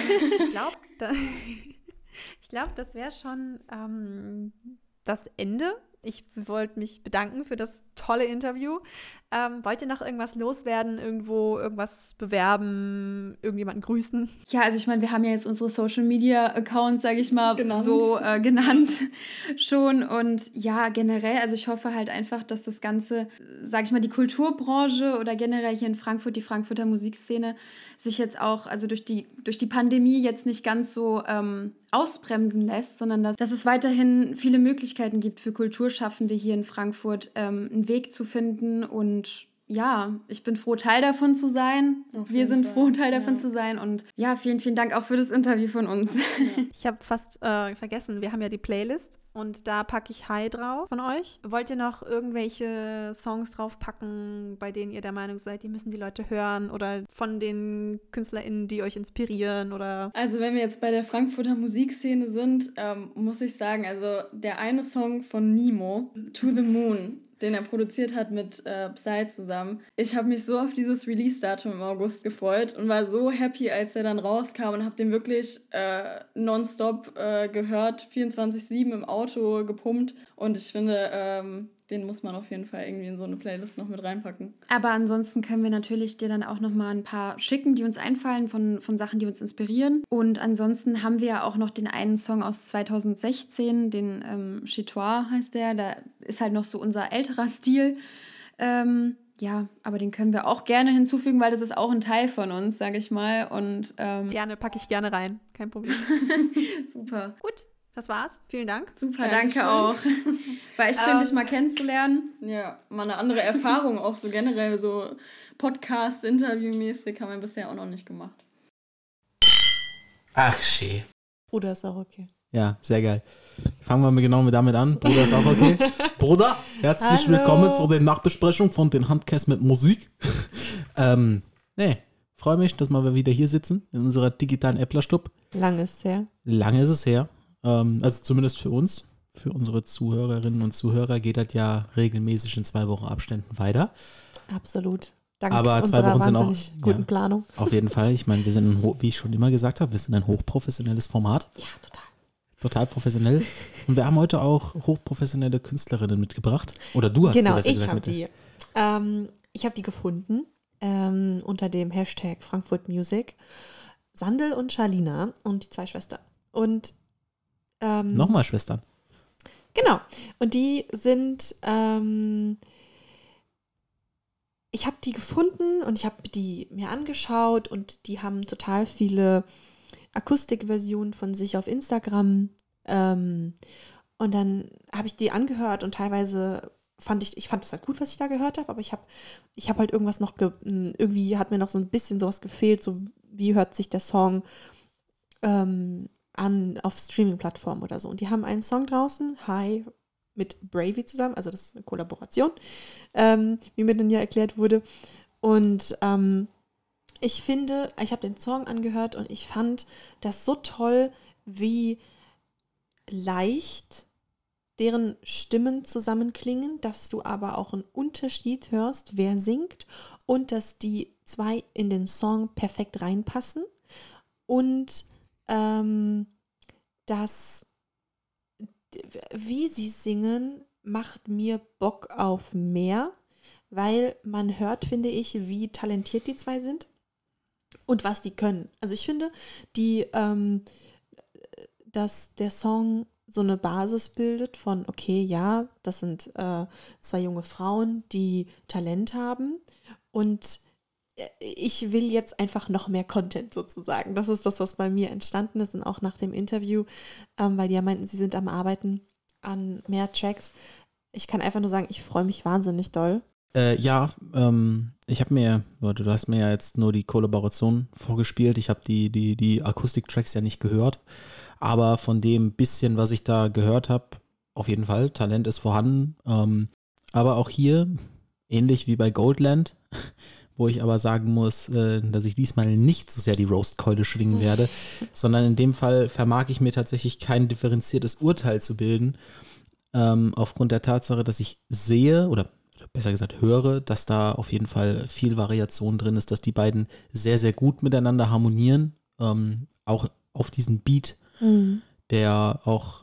Ich glaube, das wäre schon das Ende. Ich wollte mich bedanken für das tolle Interview. Wollt ihr noch irgendwas loswerden, irgendwas bewerben, irgendjemanden grüßen? Ja, also ich meine, wir haben ja jetzt unsere Social-Media-Accounts, sage ich mal, genannt schon. Und ja, generell, also ich hoffe halt einfach, dass das Ganze, sage ich mal, die Kulturbranche oder generell hier in Frankfurt, die Frankfurter Musikszene, sich jetzt auch, also durch die Pandemie jetzt nicht ganz so ausbremsen lässt, sondern dass es weiterhin viele Möglichkeiten gibt für Kulturschaffende hier in Frankfurt, einen Weg zu finden. Und ja, ich bin froh, Teil davon zu sein. Wir sind froh, Teil davon zu sein. Und ja, vielen, vielen Dank auch für das Interview von uns. Ja. Ich habe fast vergessen, wir haben ja die Playlist und da packe ich Hi drauf von euch. Wollt ihr noch irgendwelche Songs draufpacken, bei denen ihr der Meinung seid, die müssen die Leute hören oder von den KünstlerInnen, die euch inspirieren? Oder? Also wenn wir jetzt bei der Frankfurter Musikszene sind, muss ich sagen, also der eine Song von Nemo, To the Moon, den er produziert hat mit Psy zusammen. Ich habe mich so auf dieses Release-Datum im August gefreut und war so happy, als er dann rauskam und habe den wirklich nonstop gehört, 24/7 im Auto gepumpt und ich finde, den muss man auf jeden Fall irgendwie in so eine Playlist noch mit reinpacken. Aber ansonsten können wir natürlich dir dann auch nochmal ein paar schicken, die uns einfallen von Sachen, die uns inspirieren. Und ansonsten haben wir ja auch noch den einen Song aus 2016, den Chez Toi heißt der. Da ist halt noch so unser älterer Stil. Ja, aber den können wir auch gerne hinzufügen, weil das ist auch ein Teil von uns, sage ich mal. Und gerne, packe ich gerne rein. Kein Problem. Super. Gut. Das war's. Vielen Dank. Super, danke auch. War echt schön, dich mal kennenzulernen. Ja, mal eine andere Erfahrung, auch so generell so Podcast-Interview-mäßig haben wir bisher auch noch nicht gemacht. Ach, schön. Bruder ist auch okay. Ja, sehr geil. Fangen wir genau damit an. Bruder ist auch okay. Bruder, herzlich willkommen zu der Nachbesprechung von den Handkästen mit Musik. Freue mich, dass wir wieder hier sitzen in unserer digitalen Äpplerstub. Lange ist es her. Lange ist es her. Also zumindest für uns, für unsere Zuhörerinnen und Zuhörer geht das ja regelmäßig in 2 Wochen Abständen weiter. Absolut. Dank aber 2 Wochen sind auch guten Planung. Auf jeden Fall. Ich meine, wir sind, wie ich schon immer gesagt habe, wir sind ein hochprofessionelles Format. Ja, total. Total professionell. Und wir haben heute auch hochprofessionelle Künstlerinnen mitgebracht. Oder du hast sie besser gesagt mit. Ich habe die gefunden unter dem Hashtag Frankfurt Music. Sandel und Charlina und die 2 Schwestern. Und nochmal Schwestern. Genau. Und die sind, ich habe die gefunden und ich habe die mir angeschaut und die haben total viele Akustikversionen von sich auf Instagram. Und dann habe ich die angehört und teilweise fand es halt gut, was ich da gehört habe, aber ich habe halt irgendwas noch, irgendwie hat mir noch so ein bisschen sowas gefehlt, so wie hört sich der Song an auf Streaming-Plattformen oder so. Und die haben einen Song draußen, Hi, mit Bravey zusammen, also das ist eine Kollaboration, wie mir dann ja erklärt wurde. Und ich finde, ich habe den Song angehört und ich fand das so toll, wie leicht deren Stimmen zusammenklingen, dass du aber auch einen Unterschied hörst, wer singt und dass die 2 in den Song perfekt reinpassen und dass wie sie singen, macht mir Bock auf mehr, weil man hört, finde ich, wie talentiert die 2 sind und was die können. Also ich finde, dass der Song so eine Basis bildet von, okay, ja, das sind 2 junge Frauen, die Talent haben und ich will jetzt einfach noch mehr Content sozusagen. Das ist das, was bei mir entstanden ist und auch nach dem Interview, weil die ja meinten, sie sind am Arbeiten an mehr Tracks. Ich kann einfach nur sagen, ich freue mich wahnsinnig doll. Ich habe mir, du hast mir ja jetzt nur die Kollaboration vorgespielt. Ich habe die Akustik-Tracks ja nicht gehört. Aber von dem bisschen, was ich da gehört habe, auf jeden Fall, Talent ist vorhanden. Aber auch hier, ähnlich wie bei Goldland, wo ich aber sagen muss, dass ich diesmal nicht so sehr die Roastkeule schwingen werde, sondern in dem Fall vermag ich mir tatsächlich kein differenziertes Urteil zu bilden, aufgrund der Tatsache, dass ich sehe oder besser gesagt höre, dass da auf jeden Fall viel Variation drin ist, dass die beiden sehr, sehr gut miteinander harmonieren, auch auf diesen Beat, der auch,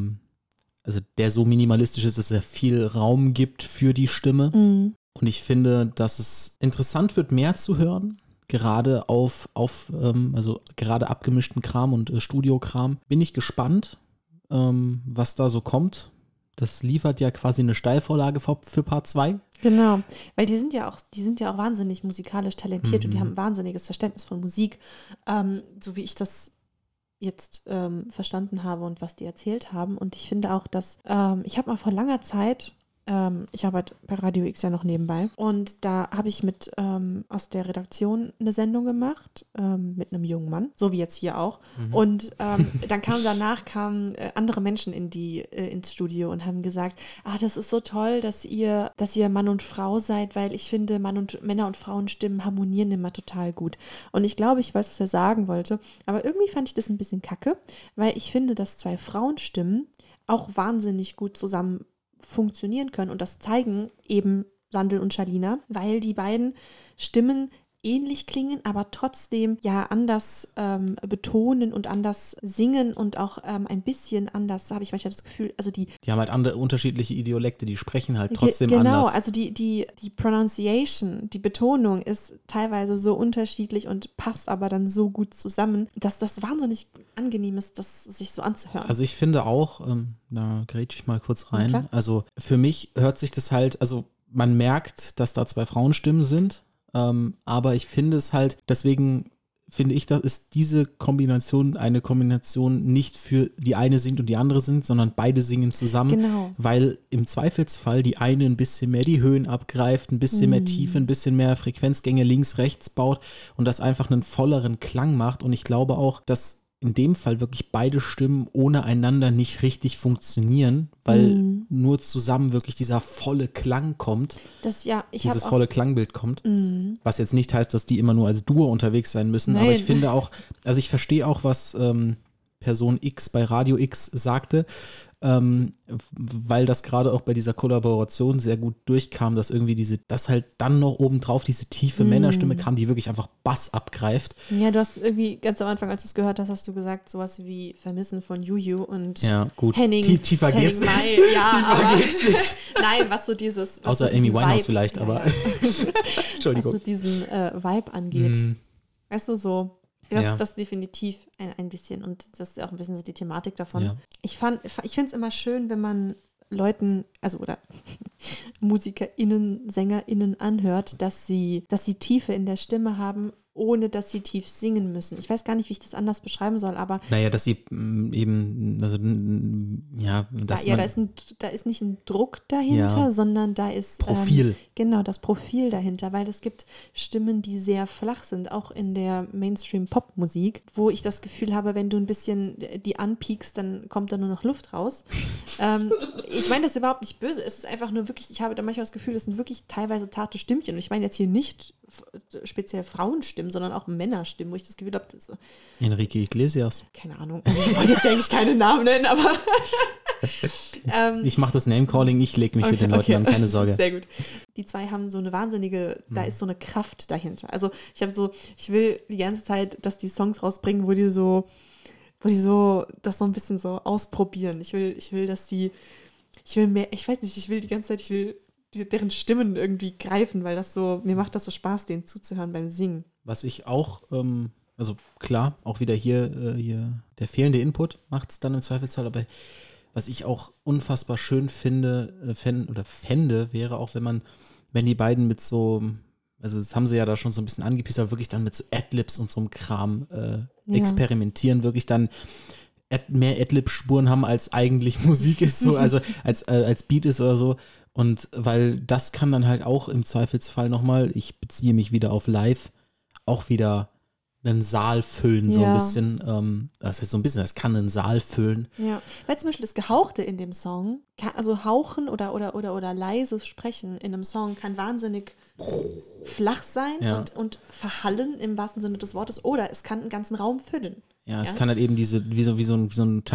also der so minimalistisch ist, dass er viel Raum gibt für die Stimme. Und ich finde, dass es interessant wird, mehr zu hören, gerade also gerade abgemischten Kram und Studiokram. Bin ich gespannt, was da so kommt. Das liefert ja quasi eine Steilvorlage für Part 2. Genau, weil die sind ja auch wahnsinnig musikalisch talentiert und die haben ein wahnsinniges Verständnis von Musik, so wie ich das jetzt verstanden habe und was die erzählt haben. Und ich finde auch, dass ich habe mal vor langer Zeit, ich arbeite bei Radio X ja noch nebenbei, und da habe ich mit aus der Redaktion eine Sendung gemacht mit einem jungen Mann, so wie jetzt hier auch. Und dann kamen andere Menschen ins Studio und haben gesagt, das ist so toll, dass ihr Mann und Frau seid, weil ich finde, Männer- und Frauenstimmen harmonieren immer total gut. Und ich glaube, ich weiß, was er sagen wollte, aber irgendwie fand ich das ein bisschen kacke, weil ich finde, dass zwei Frauenstimmen auch wahnsinnig gut zusammen funktionieren können, und das zeigen eben Sandel und Shalina, weil die beiden Stimmen ähnlich klingen, aber trotzdem ja anders betonen und anders singen und auch ein bisschen anders, habe ich manchmal das Gefühl, also die haben halt andere unterschiedliche Idiolekte, die sprechen halt trotzdem genau, anders. Genau, also die Pronunciation, die Betonung ist teilweise so unterschiedlich und passt aber dann so gut zusammen, dass das wahnsinnig angenehm ist, das sich so anzuhören. Also ich finde auch, da grätsche ich mal kurz rein, klar. Also für mich hört sich das halt, also man merkt, dass da zwei Frauenstimmen sind, aber ich finde es halt, deswegen finde ich, dass ist diese Kombination eine Kombination nicht für die eine singt und die andere singt, sondern beide singen zusammen, Genau. Weil im Zweifelsfall die eine ein bisschen mehr die Höhen abgreift, ein bisschen mehr Tiefe, ein bisschen mehr Frequenzgänge links, rechts baut und das einfach einen volleren Klang macht, und ich glaube auch, dass in dem Fall wirklich beide Stimmen ohne einander nicht richtig funktionieren, weil nur zusammen wirklich dieser volle Klang kommt. Dieses volle Klangbild kommt. Was jetzt nicht heißt, dass die immer nur als Duo unterwegs sein müssen. Nein. Aber ich finde auch, also ich verstehe auch, was Person X bei Radio X sagte, weil das gerade auch bei dieser Kollaboration sehr gut durchkam, dass irgendwie dass halt dann noch obendrauf diese tiefe Männerstimme kam, die wirklich einfach Bass abgreift. Ja, du hast irgendwie ganz am Anfang, als du es gehört hast, hast du gesagt, sowas wie Vermissen von Juju und ja, gut. Henning. Tiefer geht's nicht. Tiefer geht's nicht. Nein, was so dieses... Außer Amy Winehouse vielleicht, aber... Entschuldigung. Was so diesen Vibe angeht. Weißt du, so... Das definitiv ein bisschen, und das ist auch ein bisschen so die Thematik davon. Ja. Ich finde es immer schön, wenn man Leuten, also oder MusikerInnen, SängerInnen anhört, dass sie Tiefe in der Stimme haben, ohne dass sie tief singen müssen. Ich weiß gar nicht, wie ich das anders beschreiben soll, aber... Naja, dass sie eben, also, ja... Da ist nicht ein Druck dahinter, sondern da ist... Profil. Genau, das Profil dahinter, weil es gibt Stimmen, die sehr flach sind, auch in der Mainstream-Pop-Musik, wo ich das Gefühl habe, wenn du ein bisschen die anpiekst, dann kommt da nur noch Luft raus. Ich meine das überhaupt nicht böse, es ist einfach nur wirklich, ich habe da manchmal das Gefühl, es sind wirklich teilweise zarte Stimmchen, und ich meine jetzt hier nicht speziell Frauenstimmen, sondern auch Männerstimmen, wo ich das Gefühl habe, Enrique Iglesias. Keine Ahnung, also ich wollte jetzt eigentlich keine Namen nennen, aber ich mache das Name-Calling, ich lege mich mit den Leuten an, keine Sorge. Sehr gut. Die zwei haben so eine wahnsinnige, da ist so eine Kraft dahinter. Also ich will die ganze Zeit, dass die Songs rausbringen, wo die so das so ein bisschen so ausprobieren. Ich will die ganze Zeit, deren Stimmen irgendwie greifen, weil mir macht das so Spaß, denen zuzuhören beim Singen. Was ich auch, also klar, auch wieder hier der fehlende Input macht es dann im Zweifelsfall, aber was ich auch unfassbar schön fände, wäre auch, wenn die beiden mit so, also das haben sie ja da schon so ein bisschen angepisst, aber wirklich dann mit so Adlibs und so einem Kram experimentieren, wirklich dann mehr Adlib-Spuren haben, als eigentlich Musik ist, so, also als Beat ist oder so. Und weil das kann dann halt auch im Zweifelsfall nochmal, ich beziehe mich wieder auf Live, auch wieder einen Saal füllen, so ein bisschen. Das heißt so ein bisschen, das kann einen Saal füllen. Ja, weil zum Beispiel das Gehauchte in dem Song, also Hauchen oder leises Sprechen in einem Song kann wahnsinnig flach sein und verhallen im wahrsten Sinne des Wortes, oder es kann einen ganzen Raum füllen. Ja, es kann halt eben wie so ein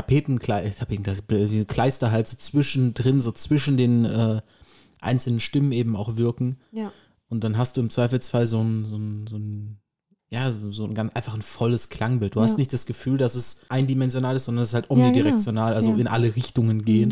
Kleister halt so zwischendrin, so zwischen den einzelnen Stimmen eben auch wirken. Ja. Und dann hast du im Zweifelsfall so ein ganz einfach ein volles Klangbild. Du hast nicht das Gefühl, dass es eindimensional ist, sondern es ist halt omnidirektional, also in alle Richtungen gehend.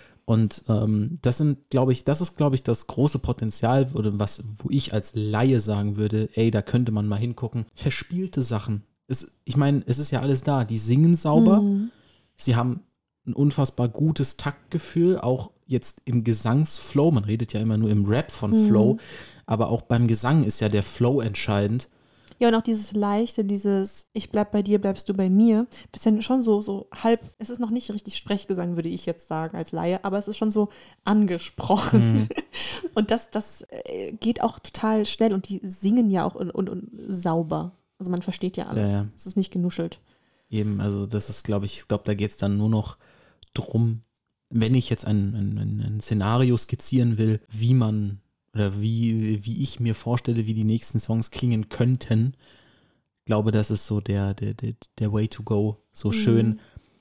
Und das ist, glaube ich, das große Potenzial, oder wo ich als Laie sagen würde, ey, da könnte man mal hingucken. Verspielte Sachen. Ich meine, es ist ja alles da. Die singen sauber. Sie haben ein unfassbar gutes Taktgefühl, auch jetzt im Gesangsflow. Man redet ja immer nur im Rap von Flow, aber auch beim Gesang ist ja der Flow entscheidend. Ja, und auch dieses Leichte, dieses ich bleib bei dir, bleibst du bei mir, ist ja schon so halb, es ist noch nicht richtig Sprechgesang, würde ich jetzt sagen als Laie, aber es ist schon so angesprochen. Und das geht auch total schnell und die singen ja auch und sauber. Also man versteht ja alles. Ja. Es ist nicht genuschelt. Eben, also das ist, glaube ich, da geht es dann nur noch drum, wenn ich jetzt ein Szenario skizzieren will, wie man oder wie ich mir vorstelle, wie die nächsten Songs klingen könnten, glaube, das ist so der Way to go. So schön,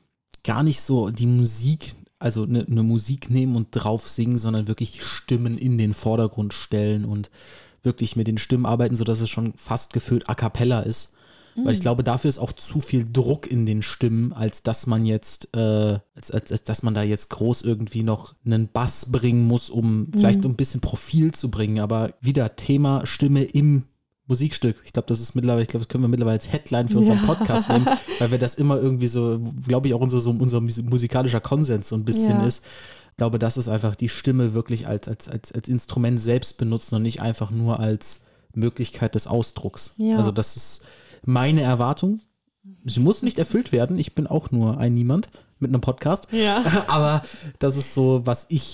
gar nicht so die Musik, also eine Musik nehmen und drauf singen, sondern wirklich die Stimmen in den Vordergrund stellen und wirklich mit den Stimmen arbeiten, sodass es schon fast gefühlt a cappella ist. Weil ich glaube, dafür ist auch zu viel Druck in den Stimmen, als dass man jetzt, als dass man da jetzt groß irgendwie noch einen Bass bringen muss, um vielleicht ein bisschen Profil zu bringen. Aber wieder Thema Stimme im Musikstück. Ich glaube, das können wir mittlerweile als Headline für unseren Podcast nehmen, weil wir das immer irgendwie so, glaube ich, auch unser musikalischer Konsens so ein bisschen ist. Ich glaube, das ist einfach die Stimme wirklich als Instrument selbst benutzen und nicht einfach nur als Möglichkeit des Ausdrucks. Ja. Also das ist meine Erwartung. Sie muss nicht erfüllt werden. Ich bin auch nur ein Niemand mit einem Podcast. Ja. Aber das ist so,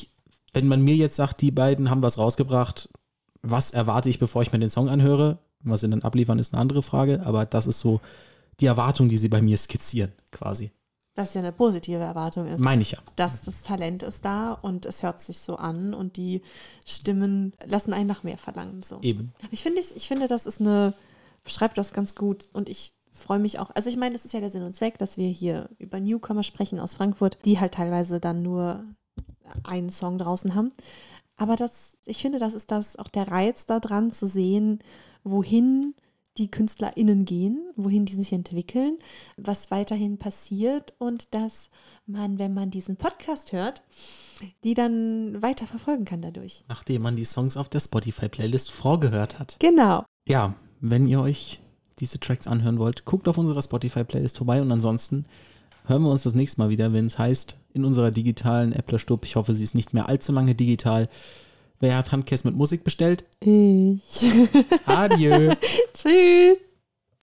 wenn man mir jetzt sagt, die beiden haben was rausgebracht, was erwarte ich, bevor ich mir den Song anhöre? Was sie dann abliefern, ist eine andere Frage. Aber das ist so die Erwartung, die sie bei mir skizzieren, quasi. Was ja eine positive Erwartung ist. Meine ich ja. Dass das Talent ist da und es hört sich so an und die Stimmen lassen einen nach mehr verlangen. So. Eben. Ich finde, das ist beschreibt das ganz gut und ich freue mich auch. Also ich meine, das ist ja der Sinn und Zweck, dass wir hier über Newcomer sprechen aus Frankfurt, die halt teilweise dann nur einen Song draußen haben. Aber ich finde, das ist auch der Reiz daran zu sehen, wohin die KünstlerInnen gehen, wohin die sich entwickeln, was weiterhin passiert und dass man, wenn man diesen Podcast hört, die dann weiter verfolgen kann dadurch. Nachdem man die Songs auf der Spotify-Playlist vorgehört hat. Genau. Ja, wenn ihr euch diese Tracks anhören wollt, guckt auf unserer Spotify-Playlist vorbei und ansonsten hören wir uns das nächste Mal wieder, wenn es heißt, in unserer digitalen Äpplerstub, ich hoffe, sie ist nicht mehr allzu lange digital. Wer hat Handkäse mit Musik bestellt? Ich. Adieu. Tschüss.